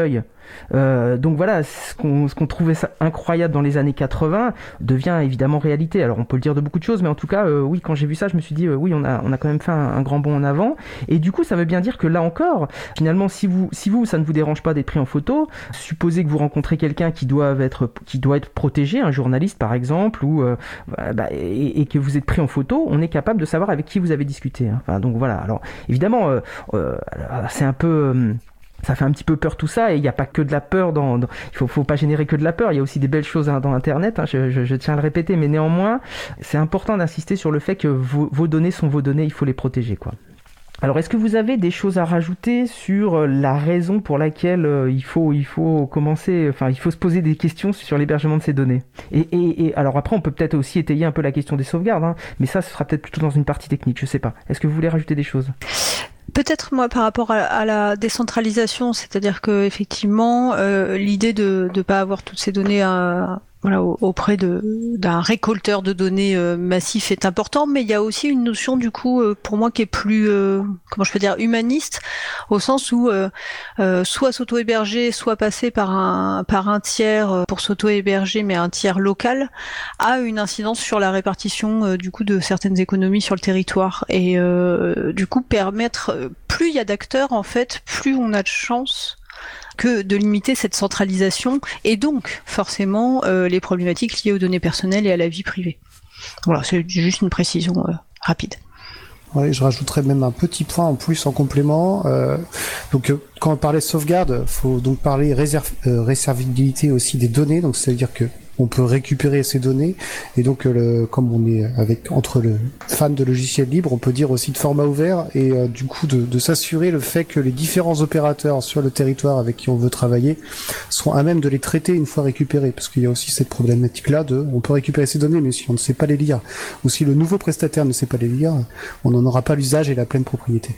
Speaker 2: Euh, donc voilà, ce qu'on, ce qu'on trouvait ça incroyable dans les années quatre-vingts devient évidemment réalité. Alors on peut le dire de beaucoup de choses, mais en tout cas, euh, oui, quand j'ai vu ça, je me suis dit, euh, oui, on a, on a quand même fait un, un grand bond en avant. Et du coup, ça veut bien dire que là encore, finalement, si vous, si vous, ça ne vous dérange pas d'être pris en photo, supposez que vous rencontrez quelqu'un qui doit être, qui doit être protégé, un journaliste par exemple, ou euh, bah, et, et que vous êtes pris en photo, on est capable de savoir avec qui vous avez discuté. Hein. Enfin, donc voilà. Alors évidemment, euh, euh, c'est un peu euh, ça fait un petit peu peur tout ça, et il n'y a pas que de la peur dans, dans il faut, faut pas générer que de la peur, il y a aussi des belles choses dans Internet, hein, je, je, je tiens à le répéter, mais néanmoins, c'est important d'insister sur le fait que vos, vos données sont vos données, il faut les protéger, quoi. Alors, est-ce que vous avez des choses à rajouter sur la raison pour laquelle euh, il faut, il faut commencer, enfin, il faut se poser des questions sur l'hébergement de ces données? Et, et, et alors après, on peut peut-être aussi étayer un peu la question des sauvegardes, hein, mais ça, ce sera peut-être plutôt dans une partie technique, je sais pas. Est-ce que vous voulez rajouter des choses?
Speaker 3: Peut-être moi par rapport à, à la décentralisation, c'est-à-dire que effectivement euh, l'idée de ne pas avoir toutes ces données à, voilà, auprès de d'un récolteur de données euh, massif est important, mais il y a aussi une notion du coup euh, pour moi qui est plus euh, comment je peux dire humaniste, au sens où euh, euh, soit s'auto-héberger, soit passer par un par un tiers pour s'auto-héberger, mais un tiers local, a une incidence sur la répartition euh, du coup de certaines économies sur le territoire, et euh, du coup permettre, plus il y a d'acteurs en fait, plus on a de chances que de limiter cette centralisation et donc forcément euh, les problématiques liées aux données personnelles et à la vie privée. Voilà, c'est juste une précision euh, rapide.
Speaker 4: Ouais, je rajouterais même un petit point en plus en complément. Euh, donc, euh, quand on parlait de sauvegarde, faut donc parler réserv- euh, réservabilité aussi des données. Donc, ça veut dire que on peut récupérer ces données, et donc euh, le, comme on est avec entre le fan de logiciels libres, on peut dire aussi de format ouvert, et euh, du coup de, de s'assurer le fait que les différents opérateurs sur le territoire avec qui on veut travailler seront à même de les traiter une fois récupérés, parce qu'il y a aussi cette problématique-là de on peut récupérer ces données, mais si on ne sait pas les lire, ou si le nouveau prestataire ne sait pas les lire, on n'en aura pas l'usage et la pleine propriété.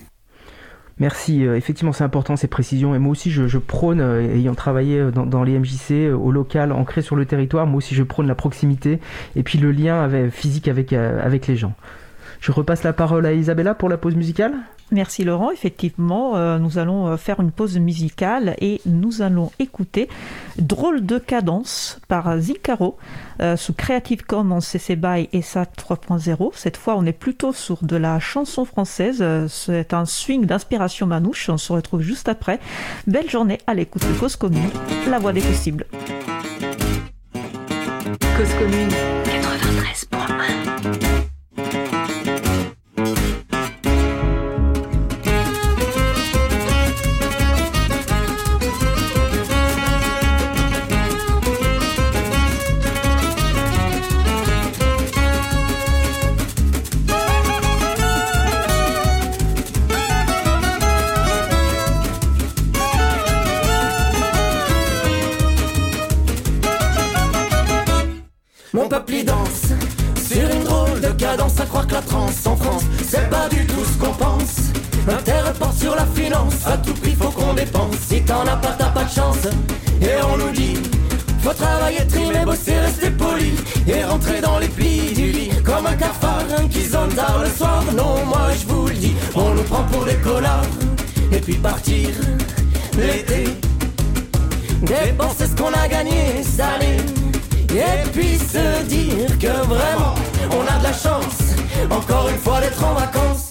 Speaker 2: Merci, euh, effectivement c'est important ces précisions, et moi aussi je, je prône, euh, ayant travaillé dans, dans les M J C, euh, au local, ancré sur le territoire, moi aussi je prône la proximité et puis le lien avec, physique avec, euh, avec les gens. Je repasse la parole à Isabella pour la pause musicale.
Speaker 1: Merci Laurent, effectivement euh, nous allons faire une pause musicale et nous allons écouter Drôle de cadence par Zicaro euh, sous Creative Commons C C B Y et S A trois point zéro. Cette fois on est plutôt sur de la chanson française, c'est un swing d'inspiration manouche, on se retrouve juste après. Belle journée à l'écoute de Cause Commune, la voix des possibles.
Speaker 5: Cause Commune quatre-vingt-treize point un.
Speaker 6: Mon peuple y danse sur une drôle de cadence, à croire que la transe en France c'est pas du tout ce qu'on pense. L'intérêt porte sur la finance, à tout prix faut qu'on dépense. Si t'en as pas t'as pas de chance, et on nous dit faut travailler, trimer, bosser, rester poli, et rentrer dans les plis du lit comme un cafard qui zone tard le soir. Non moi je vous le dis, on nous prend pour des connards, et puis partir l'été, dépenser ce qu'on a gagné, salé, et puis se dire que vraiment on a de la chance, encore une fois d'être en vacances.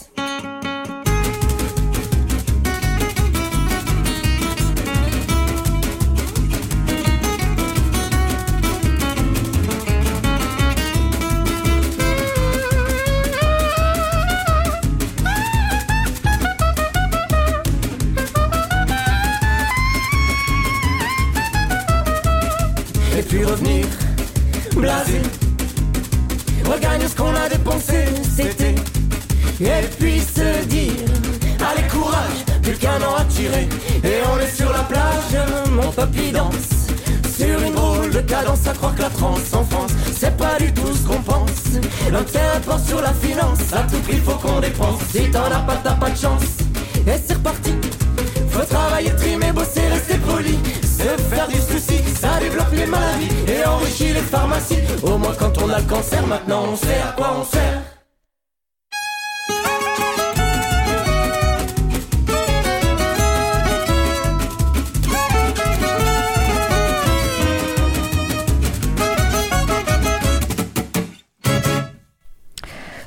Speaker 6: Et puis revenir blasé, regagne ce qu'on a dépensé, c'était. Et puis se dire, allez courage, plus qu'un an à tirer, et on est sur la plage, mon papy danse sur une drôle de cadence, à croire que la transe en France c'est pas du tout ce qu'on pense. L'intérêt porte sur la finance, à tout prix faut qu'on dépense. Si t'en as pas t'as pas de chance, et c'est reparti. Faut travailler, trimer, bosser, rester poli, se faire du souci, ça développe les maladies et enrichit les pharmacies. Au moins quand on a le cancer, maintenant on sait à quoi on sert.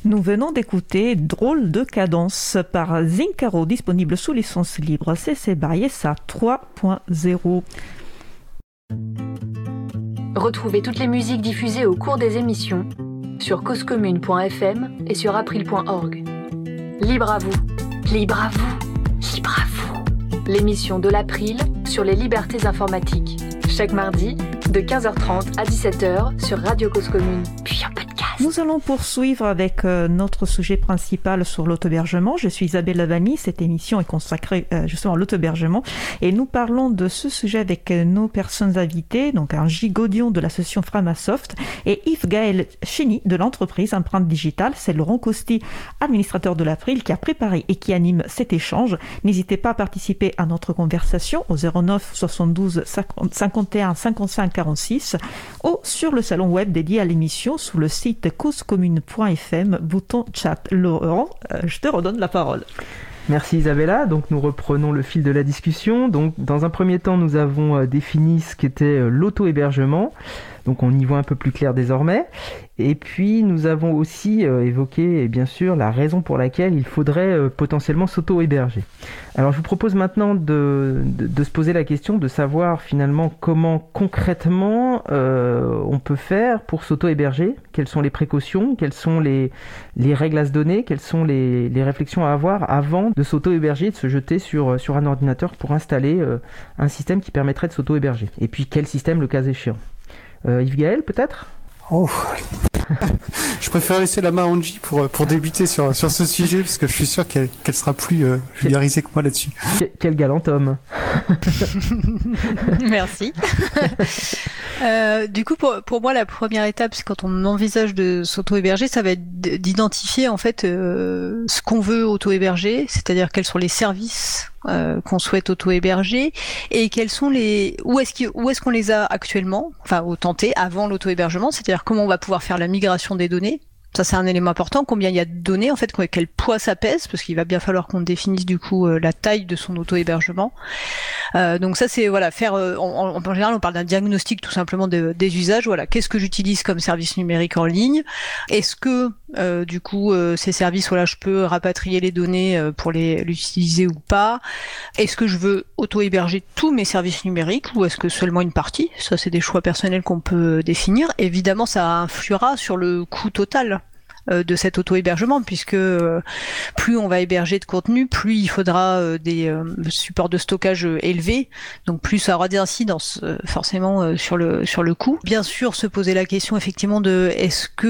Speaker 1: Nous venons d'écouter Drôle de cadence par Zincaro, disponible sous licence libre C C BY S A trois point zéro.
Speaker 7: Retrouvez toutes les musiques diffusées au cours des émissions sur causecommune point f m et sur april point org. Libre à vous, libre à vous, libre à vous. L'émission de l'April sur les libertés informatiques. Chaque mardi, de quinze heures trente à dix-sept heures sur Radio Cause Commune, puis en podcast.
Speaker 1: Nous allons poursuivre avec euh, notre sujet principal sur l'auto-hébergement. Je suis Isabelle Lavani. Cette émission est consacrée euh, justement à l'auto-hébergement et nous parlons de ce sujet avec euh, nos personnes invitées, donc Angie Gaudion de l'association Framasoft et Yves-Gaël Chény de l'entreprise Empreinte Digitale. C'est Laurent Costi, administrateur de l'April, qui a préparé et qui anime cet échange. N'hésitez pas à participer à notre conversation au zéro neuf soixante-douze cinquante et un cinquante-cinq quarante-six ou sur le salon web dédié à l'émission sous le site causecommune point f m, bouton chat. Laurent, euh, je te redonne la parole.
Speaker 2: Merci Isabella. Donc nous reprenons le fil de la discussion. Donc dans un premier temps, nous avons euh, défini ce qu'était euh, l'auto-hébergement. Donc on y voit un peu plus clair désormais. Et puis nous avons aussi euh, évoqué, et bien sûr, la raison pour laquelle il faudrait euh, potentiellement s'auto-héberger. Alors je vous propose maintenant de, de, de se poser la question de savoir finalement comment concrètement euh, on peut faire pour s'auto-héberger. Quelles sont les précautions, quelles sont les, les règles à se donner, quelles sont les, les réflexions à avoir avant de s'auto-héberger, de se jeter sur, sur un ordinateur pour installer euh, un système qui permettrait de s'auto-héberger. Et puis quel système le cas échéant. Euh, Yves-Gaël, peut-être ?
Speaker 4: Oh. Je préfère laisser la main à Angie pour, pour débuter sur, sur ce sujet, parce que je suis sûr qu'elle, qu'elle sera plus euh, vulgarisée que moi là-dessus.
Speaker 2: Quel, quel galant homme.
Speaker 3: Merci. euh, du coup, pour, pour moi, la première étape, c'est quand on envisage de s'auto-héberger, ça va être d'identifier en fait euh, ce qu'on veut auto-héberger, c'est-à-dire quels sont les services Euh, qu'on souhaite auto-héberger et quels sont les où est-ce qu'il, où est-ce qu'on les a actuellement, enfin au tenté avant l'auto-hébergement, c'est-à-dire comment on va pouvoir faire la migration des données. Ça, c'est un élément important. Combien il y a de données, en fait, quel poids ça pèse, parce qu'il va bien falloir qu'on définisse du coup euh, la taille de son auto-hébergement. Euh, donc ça, c'est voilà, faire. Euh, en, en général, on parle d'un diagnostic tout simplement de, des usages. Voilà, qu'est-ce que j'utilise comme service numérique en ligne ? Est-ce que euh, du coup euh, ces services, voilà, je peux rapatrier les données euh, pour les l'utiliser ou pas ? Est-ce que je veux auto-héberger tous mes services numériques ou est-ce que seulement une partie ? Ça, c'est des choix personnels qu'on peut définir. Évidemment, ça influera sur le coût total de cet auto-hébergement, puisque euh, plus on va héberger de contenu, plus il faudra euh, des euh, supports de stockage euh, élevés, donc plus ça aura des incidences euh, forcément euh, sur le sur le coût. Bien sûr, se poser la question effectivement de est-ce que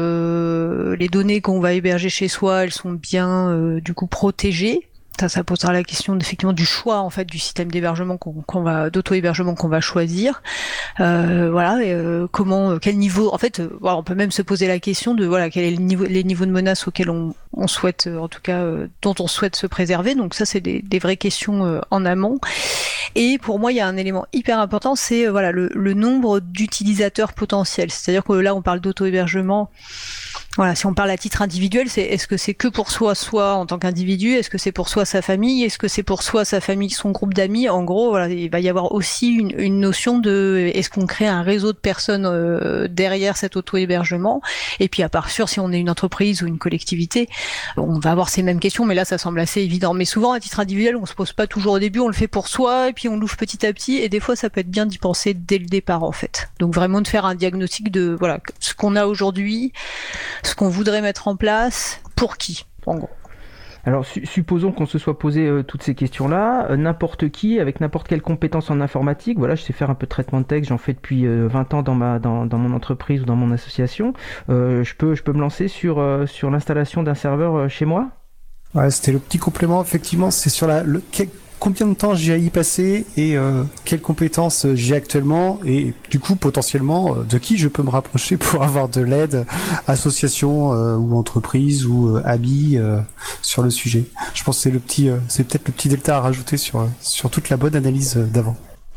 Speaker 3: euh, les données qu'on va héberger chez soi, elles sont bien euh, du coup protégées. Ça, ça posera la question effectivement du choix en fait du système d'hébergement qu'on, qu'on va, d'auto-hébergement qu'on va choisir. Euh, voilà, et, euh, comment, quel niveau. En fait, euh, voilà, on peut même se poser la question de voilà quel est le niveau, les niveaux de menaces auxquels on, on souhaite, euh, en tout cas, euh, dont on souhaite se préserver. Donc ça, c'est des, des vraies questions euh, en amont. Et pour moi, il y a un élément hyper important, c'est euh, voilà le, le nombre d'utilisateurs potentiels. C'est-à-dire que là, on parle d'auto-hébergement. Voilà, si on parle à titre individuel, c'est est-ce que c'est que pour soi, soi en tant qu'individu, est-ce que c'est pour soi sa famille, est-ce que c'est pour soi sa famille, son groupe d'amis. En gros, voilà, il va y avoir aussi une, une notion de est-ce qu'on crée un réseau de personnes euh, derrière cet auto-hébergement. Et puis à part sûr, si on est une entreprise ou une collectivité, on va avoir ces mêmes questions, mais là ça semble assez évident. Mais souvent à titre individuel, on se pose pas toujours au début, on le fait pour soi et puis on l'ouvre petit à petit. Et des fois, ça peut être bien d'y penser dès le départ en fait. Donc vraiment de faire un diagnostic de voilà ce qu'on a aujourd'hui, ce qu'on voudrait mettre en place, pour qui, en gros.
Speaker 2: Alors, su- supposons qu'on se soit posé euh, toutes ces questions-là, euh, n'importe qui, avec n'importe quelle compétence en informatique, voilà, je sais faire un peu de traitement de texte, j'en fais depuis euh, vingt ans dans, ma, dans, dans mon entreprise ou dans mon association, euh, je, peux, je peux me lancer sur, euh, sur l'installation d'un serveur euh, chez moi ?
Speaker 4: Ouais, c'était le petit complément, effectivement, c'est sur la... Le... Combien de temps j'ai à y passer et euh, quelles compétences j'ai actuellement et du coup potentiellement euh, de qui je peux me rapprocher pour avoir de l'aide, association euh, ou entreprise ou euh, ami euh, sur le sujet. Je pense que c'est le petit, euh, c'est peut-être le petit delta à rajouter sur sur toute la bonne analyse euh, d'avant.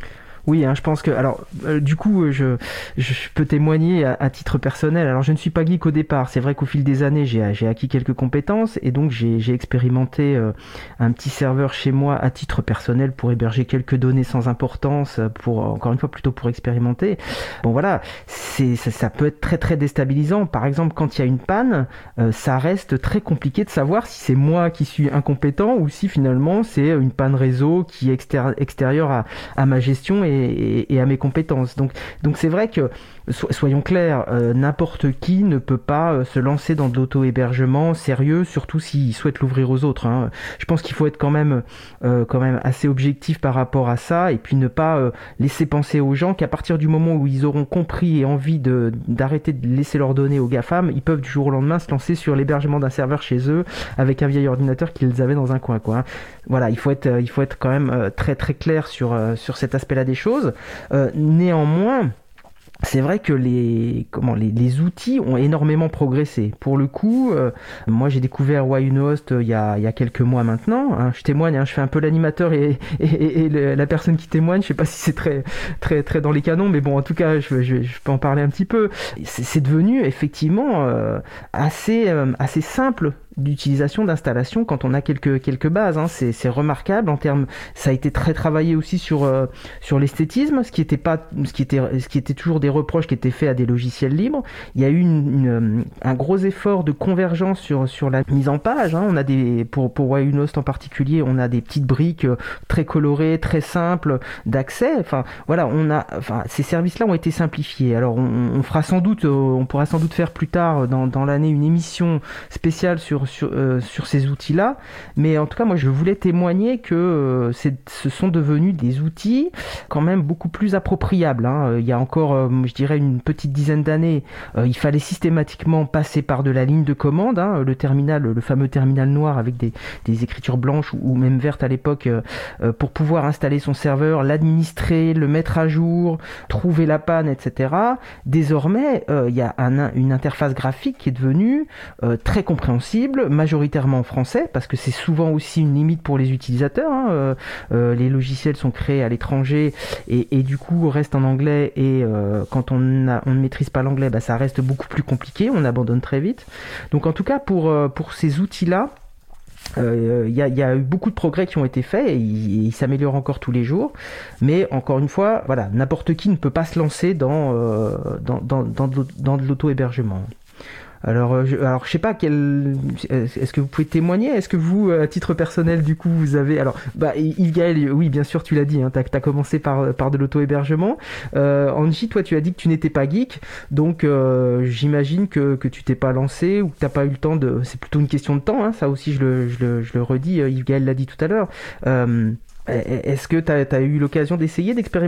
Speaker 2: Oui, hein, je pense que alors euh, du coup je, je peux témoigner à, à titre personnel. Alors je ne suis pas geek au départ. C'est vrai qu'au fil des années j'ai, j'ai acquis quelques compétences et donc j'ai, j'ai expérimenté euh, un petit serveur chez moi à titre personnel pour héberger quelques données sans importance, pour encore une fois plutôt pour expérimenter. Bon voilà, c'est ça, ça peut être très très déstabilisant. Par exemple quand il y a une panne, euh, ça reste très compliqué de savoir si c'est moi qui suis incompétent ou si finalement c'est une panne réseau qui est extér- extérieure à, à ma gestion et Et, et à mes compétences. Donc, donc c'est vrai que, so, soyons clairs, euh, n'importe qui ne peut pas euh, se lancer dans de l'auto-hébergement sérieux, surtout s'il souhaite l'ouvrir aux autres. Hein. Je pense qu'il faut être quand même, euh, quand même assez objectif par rapport à ça et puis ne pas euh, laisser penser aux gens qu'à partir du moment où ils auront compris et envie de, d'arrêter de laisser leurs données aux GAFAM, ils peuvent du jour au lendemain se lancer sur l'hébergement d'un serveur chez eux avec un vieil ordinateur qu'ils avaient dans un coin, quoi. Voilà, il faut être, il faut être quand même euh, très très clair sur, euh, sur cet aspect-là des choses. Euh, néanmoins, c'est vrai que les, comment, les, les outils ont énormément progressé. Pour le coup, euh, moi j'ai découvert Whyunohost euh, il, y a, il y a quelques mois maintenant. Hein. Je témoigne, hein, je fais un peu l'animateur et, et, et, et le, la personne qui témoigne. Je sais pas si c'est très, très, très dans les canons, mais bon, en tout cas, je, je, je peux en parler un petit peu. C'est, c'est devenu effectivement euh, assez, euh, assez simple d'utilisation, d'installation quand on a quelques quelques bases, hein. c'est c'est remarquable en termes, ça a été très travaillé aussi sur euh, sur l'esthétisme, ce qui était pas ce qui était ce qui était toujours des reproches qui étaient faits à des logiciels libres. Il y a eu une, une, un gros effort de convergence sur sur la mise en page, hein. On a des pour pour Whyunohost en particulier, on a des petites briques très colorées, très simples d'accès. Enfin voilà, on a enfin ces services-là ont été simplifiés. Alors on, on fera sans doute on pourra sans doute faire plus tard dans dans l'année une émission spéciale sur Sur, euh, sur ces outils-là, mais en tout cas moi je voulais témoigner que euh, c'est, ce sont devenus des outils quand même beaucoup plus appropriables, hein. Il y a encore euh, je dirais une petite dizaine d'années, euh, il fallait systématiquement passer par de la ligne de commande, hein, le terminal, le fameux terminal noir avec des, des écritures blanches ou, ou même vertes à l'époque, euh, euh, pour pouvoir installer son serveur, l'administrer, le mettre à jour, trouver la panne, et cetera. Désormais il euh, y a un, une interface graphique qui est devenue euh, très compréhensible, majoritairement en français, parce que c'est souvent aussi une limite pour les utilisateurs, hein. euh, euh, les logiciels sont créés à l'étranger et, et du coup restent en anglais et euh, quand on, a, on ne maîtrise pas l'anglais, bah, ça reste beaucoup plus compliqué, on abandonne très vite. Donc en tout cas pour, euh, pour ces outils-là, il euh, y, y a eu beaucoup de progrès qui ont été faits et ils s'améliorent encore tous les jours, mais encore une fois, voilà, n'importe qui ne peut pas se lancer dans, euh, dans, dans, dans, de, dans de l'auto-hébergement. Alors, je, alors, je sais pas quel. Est-ce que vous pouvez témoigner ? Est-ce que vous, à titre personnel, du coup, vous avez. Alors, bah, Yves Gaël, oui, bien sûr, tu l'as dit. Hein, t'as, t'as commencé par par de l'auto-hébergement. Euh, Angie, toi, tu as dit que tu n'étais pas geek, donc euh, j'imagine que que tu t'es pas lancé ou que t'as pas eu le temps de. C'est plutôt une question de temps. Hein, ça aussi, je le je le je le redis. Yves Gaël l'a dit tout à l'heure. Euh, est-ce que t'as t'as eu l'occasion d'essayer, d'expérimenter ?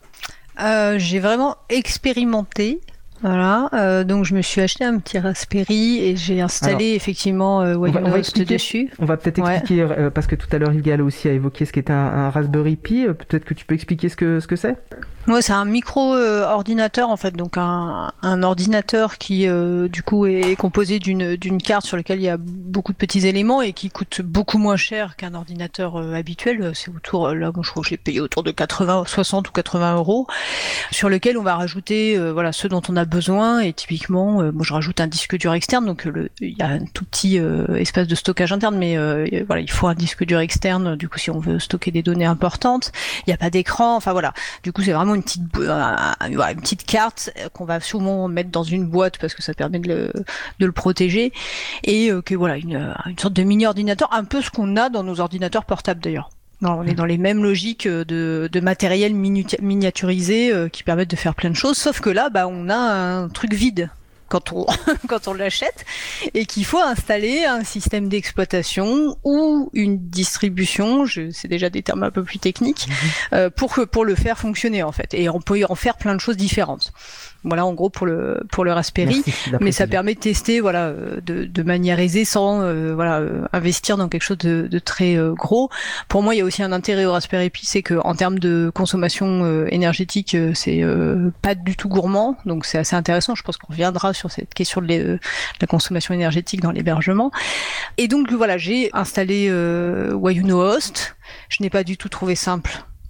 Speaker 3: euh, J'ai vraiment expérimenté. Voilà, euh, donc je me suis acheté un petit Raspberry et j'ai installé Alors,
Speaker 2: euh,
Speaker 3: effectivement euh, Whyunohost dessus.
Speaker 2: On va peut-être expliquer, ouais. euh, parce que tout à l'heure Yves Gaël aussi a évoqué ce qu'était un, un Raspberry Pi, euh, peut-être que tu peux expliquer ce que, ce que c'est ?
Speaker 3: Ouais, c'est un micro-ordinateur en fait, donc un, un ordinateur qui euh, du coup est composé d'une, d'une carte sur laquelle il y a beaucoup de petits éléments et qui coûte beaucoup moins cher qu'un ordinateur euh, habituel. C'est autour, là moi je crois que je l'ai payé autour de quatre-vingts, soixante ou quatre-vingts euros, sur lequel on va rajouter euh, voilà, ce dont on a besoin et typiquement, euh, moi je rajoute un disque dur externe, donc le, il y a un tout petit euh, espace de stockage interne, mais euh, voilà, il faut un disque dur externe, du coup si on veut stocker des données importantes, il n'y a pas d'écran, enfin voilà, du coup c'est vraiment une petite euh, une petite carte qu'on va souvent mettre dans une boîte parce que ça permet de le, de le protéger et euh, que voilà une, une sorte de mini ordinateur, un peu ce qu'on a dans nos ordinateurs portables d'ailleurs. Non, on est dans les mêmes logiques de, de matériel miniaturisé euh, qui permettent de faire plein de choses, sauf que là, bah, on a un truc vide quand on quand on l'achète et qu'il faut installer un système d'exploitation ou une distribution, je, c'est déjà des termes un peu plus techniques, euh, pour que pour le faire fonctionner en fait. Et on peut y en faire plein de choses différentes. Voilà en gros pour le pour le Raspberry, mais ça permet de tester voilà de, de manière aisée sans euh, voilà euh, investir dans quelque chose de, de très euh, gros. Pour moi, il y a aussi un intérêt au Raspberry Pi, c'est que en termes de consommation euh, énergétique, euh, c'est euh, pas du tout gourmand, donc c'est assez intéressant. Je pense qu'on reviendra sur cette question de, euh, de la consommation énergétique dans l'hébergement. Et donc voilà, j'ai installé euh, Whyunohost. Je n'ai pas du tout trouvé simple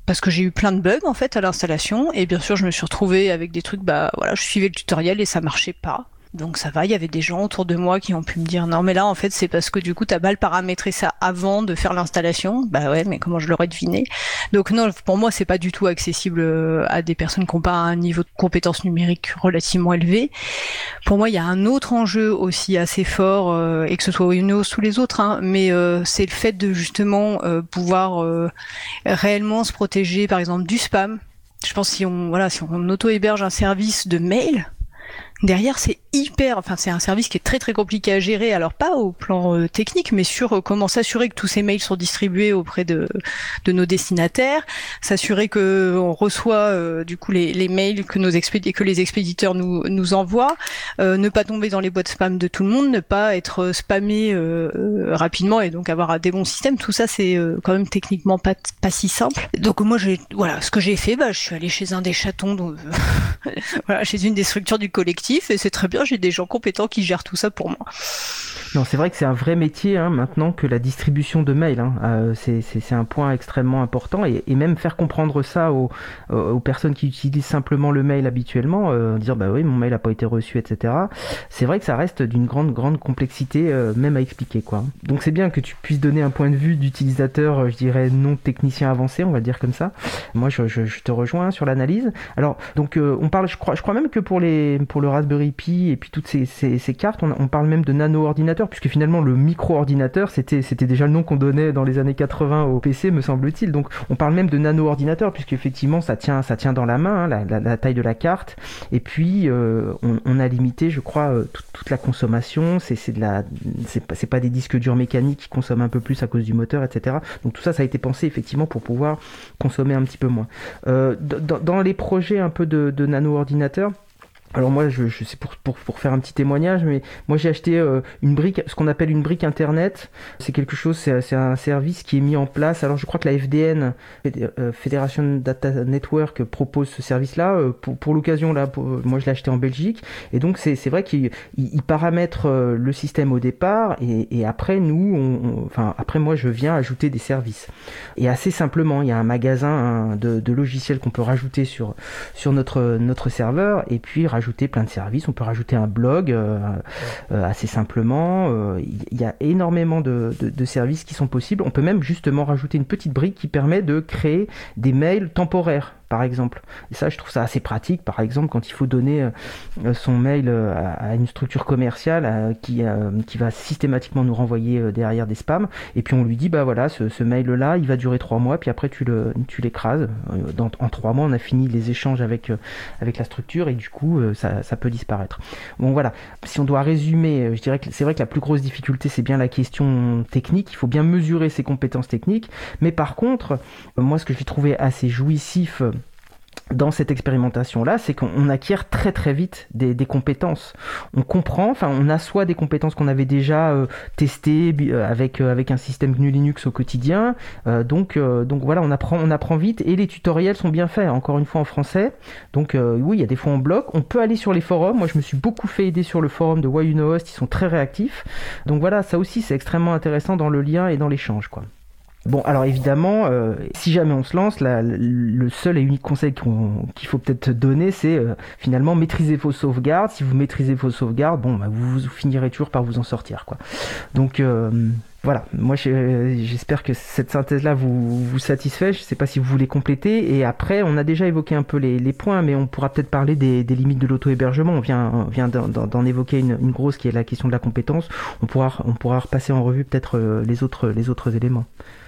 Speaker 3: parce que j'ai eu plein de bugs en fait à l'installation, et bien sûr je me suis retrouvée avec des trucs, bah voilà, je suivais le tutoriel et ça marchait pas. Donc ça va, il y avait des gens autour de moi qui ont pu me dire non mais là en fait c'est parce que du coup t'as mal paramétré ça avant de faire l'installation. Bah ouais, mais comment je l'aurais deviné? Donc non, pour moi c'est pas du tout accessible à des personnes qui n'ont pas un niveau de compétence numérique relativement élevé. Pour moi il y a un autre enjeu aussi assez fort, euh, et que ce soit Windows ou les autres, hein, mais euh, c'est le fait de justement euh, pouvoir euh, réellement se protéger par exemple du spam. Je pense si on voilà si on auto-héberge un service de mail, derrière, c'est hyper, enfin, c'est un service qui est très très compliqué à gérer. Alors pas au plan euh, technique, mais sur euh, comment s'assurer que tous ces mails sont distribués auprès de de nos destinataires, s'assurer que on reçoit euh, du coup les les mails que nos expédi- que les expéditeurs nous nous envoient, euh, ne pas tomber dans les boîtes spam de tout le monde, ne pas être spammé euh, euh, rapidement et donc avoir des bons systèmes. Tout ça, c'est euh, quand même techniquement pas pas si simple. Donc moi, j'ai voilà, ce que j'ai fait, bah, je suis allée chez un des chatons, donc, euh, voilà, chez une des structures du collectif, et c'est très bien. J'ai des gens compétents qui gèrent tout ça pour moi.
Speaker 2: Non, c'est vrai que c'est un vrai métier hein, maintenant que la distribution de mails. Hein. Euh, c'est, c'est, c'est un point extrêmement important et, et même faire comprendre ça aux, aux personnes qui utilisent simplement le mail habituellement, euh, dire bah oui mon mail n'a pas été reçu, et cetera. C'est vrai que ça reste d'une grande grande complexité euh, même à expliquer quoi. Donc c'est bien que tu puisses donner un point de vue d'utilisateur, je dirais non technicien avancé, on va dire comme ça. Moi je, je, je te rejoins sur l'analyse. Alors donc euh, on parle, je crois, je crois même que pour les pour le Raspberry Pi et puis toutes ces, ces, ces cartes, on, on parle même de nano-ordinateur, puisque finalement le micro-ordinateur, c'était, c'était déjà le nom qu'on donnait dans les années quatre-vingts au P C, me semble-t-il. Donc on parle même de nano-ordinateur, puisque effectivement ça tient, ça tient dans la main, hein, la, la, la taille de la carte. Et puis euh, on, on a limité, je crois, euh, toute, toute la consommation. C'est, c'est, de la, c'est, pas, c'est pas des disques durs mécaniques qui consomment un peu plus à cause du moteur, et cetera. Donc tout ça, ça a été pensé effectivement pour pouvoir consommer un petit peu moins. Euh, dans, dans les projets un peu de, de nano-ordinateur, alors moi, je, je sais pour, pour, pour faire un petit témoignage, mais moi j'ai acheté euh, une brique, ce qu'on appelle une brique internet. C'est quelque chose, c'est, c'est un service qui est mis en place. Alors je crois que la F D N, Federation Data Network, propose ce service-là. Euh, pour, pour l'occasion, là, pour, moi je l'ai acheté en Belgique. Et donc c'est, c'est vrai qu'il il, il paramètre euh, le système au départ, et, et après nous, on, on, enfin après moi je viens ajouter des services. Et assez simplement, il y a un magasin hein, de, de logiciels qu'on peut rajouter sur sur notre notre serveur, et puis rajouter plein de services. On peut rajouter un blog euh, euh, assez simplement. Euh, il y a énormément de, de, de services qui sont possibles. On peut même justement rajouter une petite brique qui permet de créer des mails temporaires, par exemple. Et ça, je trouve ça assez pratique. Par exemple, quand il faut donner euh, son mail euh, à, à une structure commerciale euh, qui, euh, qui va systématiquement nous renvoyer euh, derrière des spams, et puis on lui dit, bah voilà, ce, ce mail-là, il va durer trois mois, puis après tu, le, tu l'écrases. Euh, dans, en trois mois, on a fini les échanges avec, euh, avec la structure, et du coup, euh, ça, ça peut disparaître. Bon, voilà. Si on doit résumer, je dirais que c'est vrai que la plus grosse difficulté, c'est bien la question technique. Il faut bien mesurer ses compétences techniques. Mais par contre, euh, moi, ce que j'ai trouvé assez jouissif dans cette expérimentation-là, c'est qu'on acquiert très très vite des, des compétences. On comprend, enfin on assoit des compétences qu'on avait déjà euh, testées euh, avec, euh, avec un système G N U Linux au quotidien. Euh, donc, euh, donc voilà, on apprend, on apprend vite, et les tutoriels sont bien faits, encore une fois en français. Donc euh, oui, il y a des fois en bloc. On peut aller sur les forums. Moi je me suis beaucoup fait aider sur le forum de Why You Know Host, ils sont très réactifs. Donc voilà, ça aussi c'est extrêmement intéressant dans le lien et dans l'échange, quoi. Bon, alors évidemment, euh, si jamais on se lance, la, le seul et unique conseil qu'on, qu'il faut peut-être donner, c'est euh, finalement maîtriser vos sauvegardes. Si vous maîtrisez vos sauvegardes, bon, bah, vous, vous finirez toujours par vous en sortir, quoi. Donc euh, voilà, moi j'espère que cette synthèse-là vous, vous satisfait. Je ne sais pas si vous voulez compléter. Et après, on a déjà évoqué un peu les, les points, mais on pourra peut-être parler des, des limites de l'auto-hébergement. On vient, on vient d'en, d'en évoquer une, une grosse qui est la question de la compétence. On pourra, on pourra repasser en revue peut-être les autres, les autres éléments.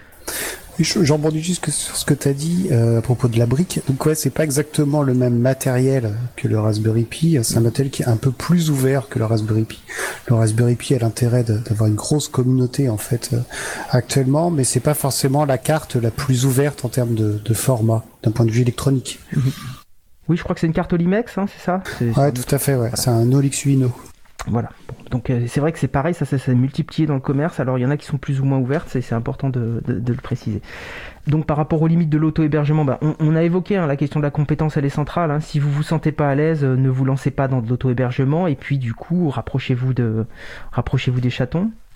Speaker 4: J'en rebondis juste sur ce que tu as dit euh, à propos de la brique. Donc ouais, c'est pas exactement le même matériel que le Raspberry Pi. C'est un matériel qui est un peu plus ouvert que le Raspberry Pi. Le Raspberry Pi a l'intérêt de, d'avoir une grosse communauté en fait euh, actuellement, mais c'est pas forcément la carte la plus ouverte en termes de, de format, d'un point de vue électronique.
Speaker 2: Oui, je crois que c'est une carte Olimex, hein, c'est ça c'est,
Speaker 4: Ouais,
Speaker 2: c'est...
Speaker 4: tout à fait. Ouais, voilà. C'est un Olixuino.
Speaker 2: Voilà. Bon, donc euh, c'est vrai que c'est pareil, ça, ça s'est multiplié dans le commerce. Alors il y en a qui sont plus ou moins ouvertes, c'est, c'est important de, de, de le préciser. Donc par rapport aux limites de l'auto-hébergement, bah, on, on a évoqué hein, la question de la compétence, elle est centrale. Hein. Si vous vous sentez pas à l'aise, euh, ne vous lancez pas dans de l'auto-hébergement. Et puis du coup, rapprochez-vous de, rapprochez-vous des chatons.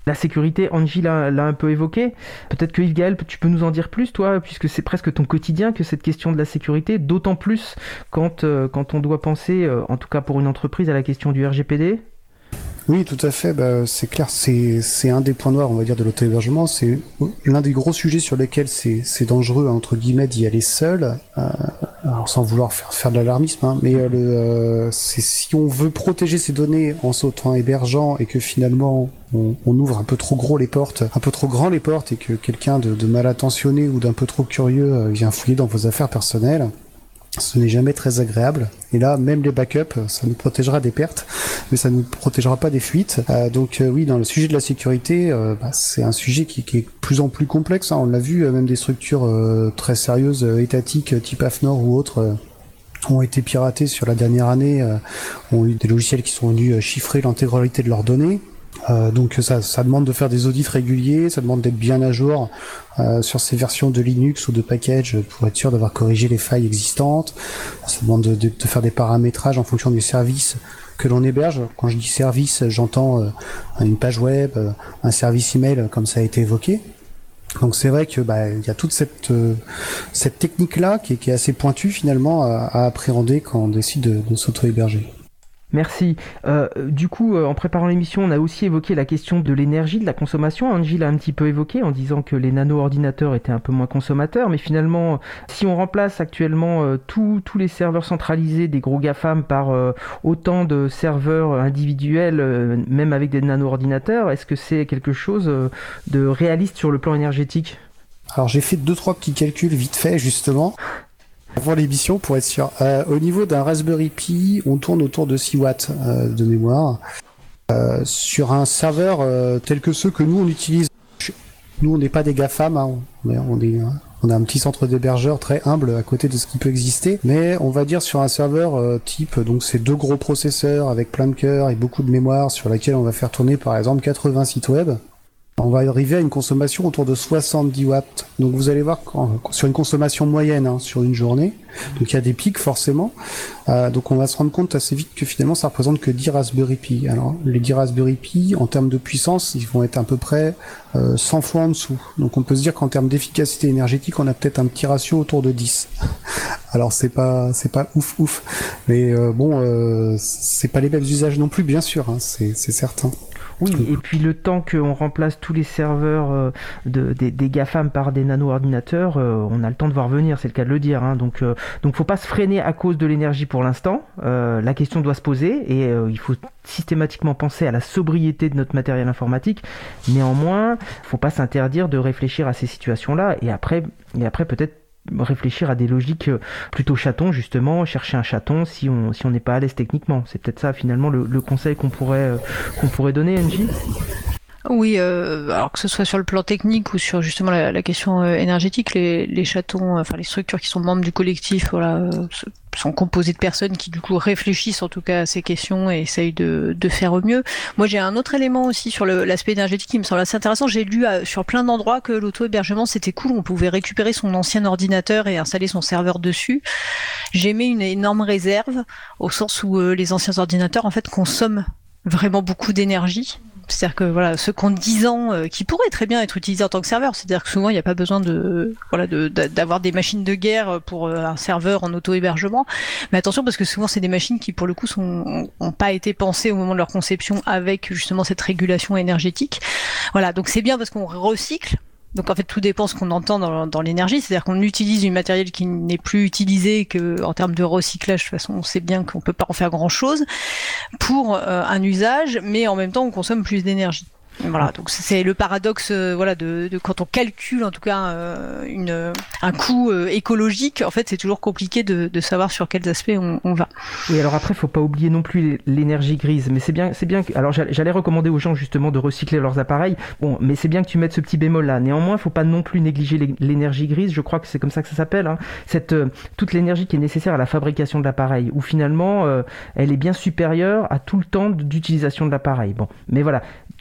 Speaker 2: La sécurité, Angie l'a, l'a un peu évoqué. Peut-être que Yves-Gaël, tu peux nous en dire plus, toi, puisque c'est presque ton quotidien que cette question de la sécurité, d'autant plus quand, euh, quand on doit penser, euh, en tout cas pour une entreprise, à la question du R G P D.
Speaker 4: Oui, tout à fait. Bah, c'est clair, c'est c'est un des points noirs, on va dire, de l'auto-hébergement. C'est l'un des gros sujets sur lesquels c'est c'est dangereux, entre guillemets, d'y aller seul. Euh, alors sans vouloir faire faire de l'alarmisme, hein, mais euh, le euh, c'est si on veut protéger ces données en s'auto-hébergeant et que finalement on, on ouvre un peu trop gros les portes, un peu trop grand les portes, et que quelqu'un de, de mal intentionné ou d'un peu trop curieux euh, vient fouiller dans vos affaires personnelles. Ce n'est jamais très agréable. Et là, même les backups, ça nous protégera des pertes, mais ça ne nous protégera pas des fuites. Euh, donc euh, oui, dans le sujet de la sécurité, euh, bah, c'est un sujet qui, qui est de plus en plus complexe. Hein. On l'a vu, euh, même des structures euh, très sérieuses, euh, étatiques, type AFNOR ou autres, euh, ont été piratées sur la dernière année, euh, ont eu des logiciels qui sont venus euh, chiffrer l'intégralité de leurs données. Euh, donc ça, ça demande de faire des audits réguliers, ça demande d'être bien à jour euh, sur ces versions de Linux ou de package pour être sûr d'avoir corrigé les failles existantes. Ça demande de, de, de faire des paramétrages en fonction du service que l'on héberge. Quand je dis service, j'entends euh, une page web, euh, un service email, comme ça a été évoqué. Donc c'est vrai que bah il y a toute cette euh, cette technique là qui est, qui est assez pointue finalement à, à appréhender quand on décide de, de s'auto-héberger.
Speaker 2: Merci. Euh, du coup, euh, en préparant l'émission, on a aussi évoqué la question de l'énergie, de la consommation. Angie l'a un petit peu évoqué en disant que les nano-ordinateurs étaient un peu moins consommateurs, mais finalement, si on remplace actuellement euh, tous tous les serveurs centralisés des gros GAFAM par euh, autant de serveurs individuels, euh, même avec des nano-ordinateurs, est-ce que c'est quelque chose euh, de réaliste sur le plan énergétique ?
Speaker 4: Alors j'ai fait deux trois petits calculs vite fait justement avant l'émission pour être sûr. Euh, au niveau d'un Raspberry Pi, on tourne autour de six watts euh, de mémoire. Euh, sur un serveur euh, tel que ceux que nous on utilise, nous on n'est pas des GAFAM, hein, on, est, on, est, on a un petit centre d'hébergeur très humble à côté de ce qui peut exister, mais on va dire sur un serveur euh, type, donc c'est deux gros processeurs avec plein de cœurs et beaucoup de mémoire sur laquelle on va faire tourner par exemple quatre-vingts sites web. On va arriver à une consommation autour de soixante-dix watts. Donc vous allez voir quand, sur une consommation moyenne hein, sur une journée. Donc il y a des pics forcément. Euh, donc on va se rendre compte assez vite que finalement ça représente que dix Raspberry Pi. Alors les dix Raspberry Pi en termes de puissance, ils vont être à peu près euh, cent fois en dessous. Donc on peut se dire qu'en termes d'efficacité énergétique, on a peut-être un petit ratio autour de dix. Alors c'est pas c'est pas ouf ouf, mais euh, bon euh, c'est pas les mêmes usages non plus bien sûr. Hein, c'est c'est certain.
Speaker 2: Oui, et puis le temps qu'on remplace tous les serveurs euh, de, des, des GAFAM par des nano-ordinateurs, euh, on a le temps de voir venir, c'est le cas de le dire. Hein. Donc, euh, donc faut pas se freiner à cause de l'énergie pour l'instant. Euh, la question doit se poser et euh, il faut systématiquement penser à la sobriété de notre matériel informatique. Néanmoins, faut pas s'interdire de réfléchir à ces situations-là et après, et après peut-être réfléchir à des logiques plutôt chatons, justement, chercher un chaton si on si on n'est pas à l'aise techniquement. C'est peut-être ça finalement le, le conseil qu'on pourrait euh, qu'on pourrait donner, Angie.
Speaker 3: Oui, euh, alors que ce soit sur le plan technique ou sur justement la, la question euh, énergétique, les, les chatons, euh, enfin les structures qui sont membres du collectif, voilà, euh, sont composées de personnes qui du coup réfléchissent en tout cas à ces questions et essayent de, de faire au mieux. Moi, j'ai un autre élément aussi sur le, l'aspect énergétique qui me semble assez intéressant. J'ai lu euh, sur plein d'endroits que l'auto-hébergement c'était cool, on pouvait récupérer son ancien ordinateur et installer son serveur dessus. J'émets une énorme réserve au sens où euh, les anciens ordinateurs en fait consomment vraiment beaucoup d'énergie. C'est-à-dire que voilà, ceux qui ont dix ans, euh, qui pourraient très bien être utilisés en tant que serveur, c'est-à-dire que souvent il n'y a pas besoin de voilà de, de d'avoir des machines de guerre pour euh, un serveur en auto-hébergement. Mais attention parce que souvent c'est des machines qui pour le coup sont ont pas été pensées au moment de leur conception avec justement cette régulation énergétique. Voilà, donc c'est bien parce qu'on recycle. Donc en fait tout dépend ce qu'on entend dans, dans l'énergie, c'est-à-dire qu'on utilise du matériel qui n'est plus utilisé, que en termes de recyclage de toute façon on sait bien qu'on peut pas en faire grand-chose pour euh, un usage, mais en même temps on consomme plus d'énergie. Voilà, donc c'est le paradoxe, euh, voilà, de, de quand on calcule en tout cas euh, une un coût euh, écologique. En fait, c'est toujours compliqué de, de savoir sur quels aspects on, on va.
Speaker 2: Oui, alors après, faut pas oublier non plus l'énergie grise. Mais c'est bien, c'est bien. Que, alors, j'allais recommander aux gens justement de recycler leurs appareils. Bon, mais c'est bien que tu mettes ce petit bémol là. Néanmoins, faut pas non plus négliger l'énergie grise. Je crois que c'est comme ça que ça s'appelle. Hein. Cette euh, toute l'énergie qui est nécessaire à la fabrication de l'appareil, où finalement, euh, elle est bien supérieure à tout le temps d'utilisation de l'appareil. Bon, mais voilà. Tout ça, ça,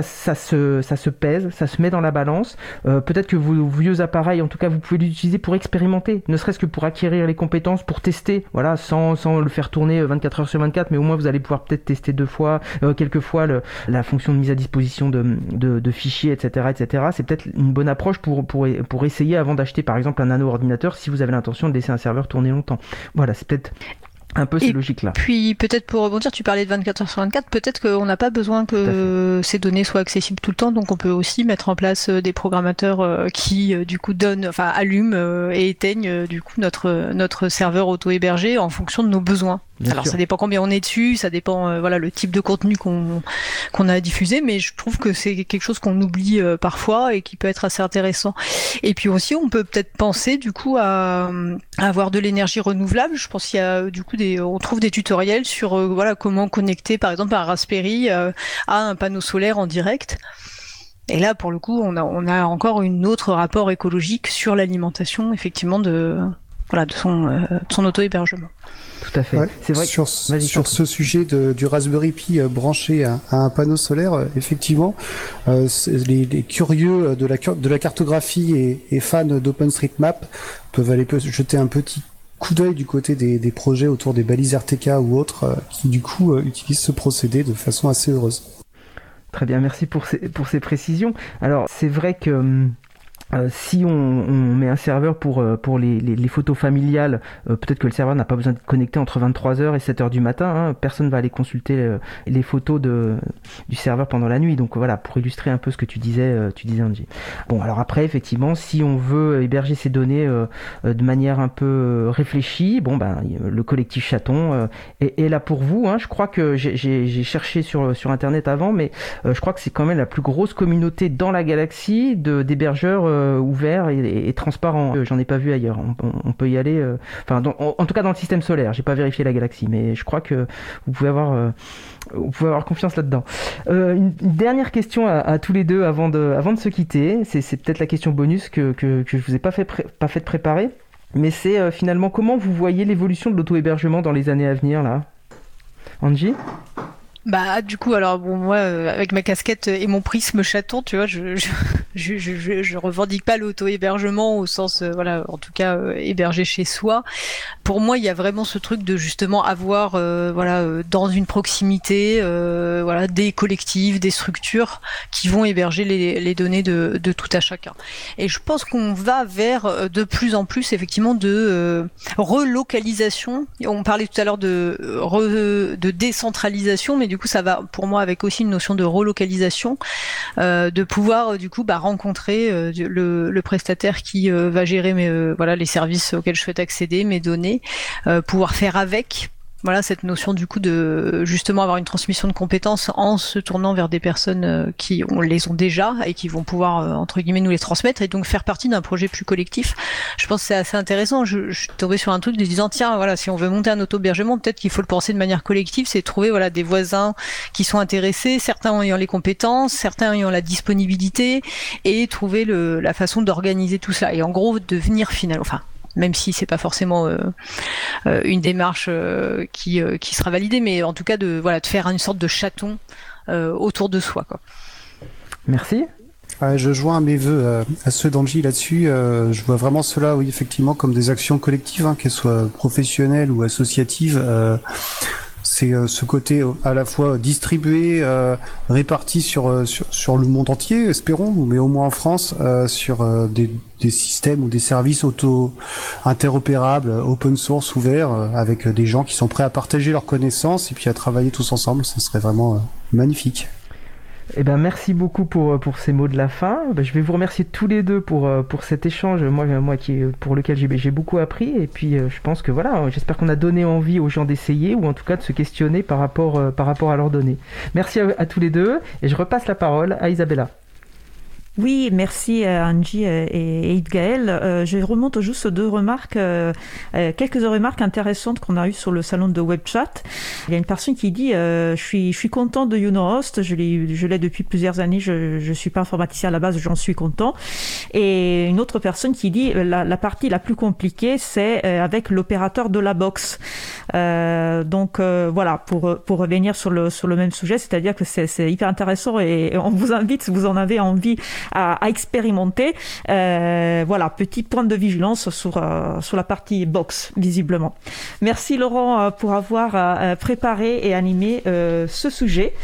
Speaker 2: ça se, ça se pèse, ça se met dans la balance. Euh, peut-être que vos vieux appareils, en tout cas, vous pouvez l'utiliser pour expérimenter, ne serait-ce que pour acquérir les compétences, pour tester, voilà, sans, sans le faire tourner vingt-quatre heures sur vingt-quatre, mais au moins vous allez pouvoir peut-être tester deux fois, euh, quelques fois le, la fonction de mise à disposition de, de, de fichiers, et cetera, et cetera. C'est peut-être une bonne approche pour, pour, pour essayer avant d'acheter, par exemple, un nano-ordinateur si vous avez l'intention de laisser un serveur tourner longtemps. Voilà, c'est peut-être un peu ces logiques-là.
Speaker 3: Puis peut-être pour rebondir, tu parlais de vingt-quatre heures sur vingt-quatre, peut-être qu'on n'a pas besoin que ces données soient accessibles tout le temps, donc on peut aussi mettre en place des programmateurs qui du coup donnent, enfin allument et éteignent du coup notre notre serveur auto-hébergé en fonction de nos besoins. Bien Alors sûr. Ça dépend combien on est dessus, ça dépend euh, voilà le type de contenu qu'on qu'on a à diffuser, mais je trouve que c'est quelque chose qu'on oublie euh, parfois et qui peut être assez intéressant. Et puis aussi on peut peut-être penser du coup à, à avoir de l'énergie renouvelable. Je pense qu'il y a du coup des on trouve des tutoriels sur euh, voilà comment connecter par exemple un Raspberry euh, à un panneau solaire en direct. Et là pour le coup on a on a encore une autre rapport écologique sur l'alimentation effectivement de voilà de son euh, de son auto-hébergement.
Speaker 2: Tout à fait.
Speaker 4: Ouais,
Speaker 2: c'est vrai
Speaker 4: sur,
Speaker 2: que...
Speaker 4: sur ce sujet de, du Raspberry Pi euh, branché à, à un panneau solaire, euh, effectivement, euh, les, les curieux de la, de la cartographie et, et fans d'OpenStreetMap peuvent aller jeter un petit coup d'œil du côté des, des projets autour des balises R T K ou autres euh, qui du coup euh, utilisent ce procédé de façon assez heureuse.
Speaker 2: Très bien, merci pour ces, pour ces précisions. Alors c'est vrai que... Euh, si on, on met un serveur pour, euh, pour les, les, les photos familiales, euh, peut-être que le serveur n'a pas besoin de connecter entre vingt-trois heures et sept heures du matin, hein, personne va aller consulter euh, les photos de, du serveur pendant la nuit, donc voilà, pour illustrer un peu ce que tu disais, euh, tu disais Angie. Bon, alors après, effectivement, si on veut héberger ces données euh, euh, de manière un peu réfléchie, bon ben, le collectif Chaton euh, est, est là pour vous, hein. Je crois que j'ai, j'ai, j'ai cherché sur, sur internet avant, mais euh, je crois que c'est quand même la plus grosse communauté dans la galaxie de, d'hébergeurs euh, ouvert et, et, et transparent. J'en ai pas vu ailleurs. On, on, on peut y aller. Euh, enfin, dans, en, en tout cas dans le système solaire. J'ai pas vérifié la galaxie, mais je crois que vous pouvez avoir, euh, vous pouvez avoir confiance là-dedans. Euh, une, une dernière question à, à tous les deux avant de, avant de se quitter. C'est, c'est peut-être la question bonus que que, que je vous ai pas fait pré- pas fait préparer, mais c'est euh, finalement comment vous voyez l'évolution de l'auto-hébergement dans les années à venir là, Angie?
Speaker 3: Bah du coup alors bon moi euh, avec ma casquette et mon prisme chaton tu vois je je je je, je revendique pas l'auto-hébergement au sens euh, voilà en tout cas euh, héberger chez soi. Pour moi il y a vraiment ce truc de justement avoir euh, voilà euh, dans une proximité euh, voilà des collectifs, des structures qui vont héberger les les données de de tout à chacun. Et je pense qu'on va vers de plus en plus effectivement de euh, relocalisation. On parlait tout à l'heure de re, de décentralisation mais du Du coup, ça va pour moi avec aussi une notion de relocalisation, euh, de pouvoir euh, du coup bah, rencontrer euh, le, le prestataire qui euh, va gérer mes, euh, voilà les services auxquels je souhaite accéder, mes données, euh, pouvoir faire avec. Voilà cette notion du coup de justement avoir une transmission de compétences en se tournant vers des personnes qui on les ont déjà et qui vont pouvoir euh, entre guillemets nous les transmettre et donc faire partie d'un projet plus collectif. Je pense que c'est assez intéressant. Je, je suis tombée sur un truc de disant tiens voilà si on veut monter un auto-hébergement peut-être qu'il faut le penser de manière collective, c'est trouver voilà des voisins qui sont intéressés, certains ayant les compétences, certains ayant la disponibilité et trouver le, la façon d'organiser tout ça et en gros devenir final enfin même si c'est pas forcément euh, euh, une démarche euh, qui euh, qui sera validée, mais en tout cas de voilà de faire une sorte de chaton euh, autour de soi quoi.
Speaker 2: Merci.
Speaker 4: Ouais, je joins mes vœux euh, à ceux d'Angie là-dessus. Euh, je vois vraiment cela, oui, effectivement, comme des actions collectives, hein, qu'elles soient professionnelles ou associatives. Euh, c'est euh, ce côté euh, à la fois distribué, euh, réparti sur, euh, sur sur le monde entier, espérons, mais au moins en France, euh, sur euh, des des systèmes ou des services auto interopérables, open source, ouverts, euh, avec des gens qui sont prêts à partager leurs connaissances et puis à travailler tous ensemble. Ça serait vraiment euh, magnifique.
Speaker 2: Eh ben merci beaucoup pour pour ces mots de la fin. Ben, je vais vous remercier tous les deux pour pour cet échange, moi moi qui pour lequel j'ai j'ai beaucoup appris et puis je pense que voilà, j'espère qu'on a donné envie aux gens d'essayer ou en tout cas de se questionner par rapport par rapport à leurs données. Merci à, à tous les deux et je repasse la parole à Isabella.
Speaker 1: Oui, merci Angie et Yves-Gaël. Euh, je remonte juste deux remarques, euh, quelques remarques intéressantes qu'on a eues sur le salon de WebChat. Il y a une personne qui dit euh, je suis je suis content de YouKnowHost, je l'ai je l'ai depuis plusieurs années, je je suis pas informaticien à la base, j'en suis content. Et une autre personne qui dit la, la partie la plus compliquée, c'est avec l'opérateur de la box. Euh, donc euh, voilà, pour pour revenir sur le sur le même sujet, c'est-à-dire que c'est c'est hyper intéressant et on vous invite, si vous en avez envie, à, à expérimenter. Euh, voilà, petit point de vigilance sur euh, sur la partie box, visiblement. Merci Laurent pour avoir euh, préparé et animé euh, ce sujet.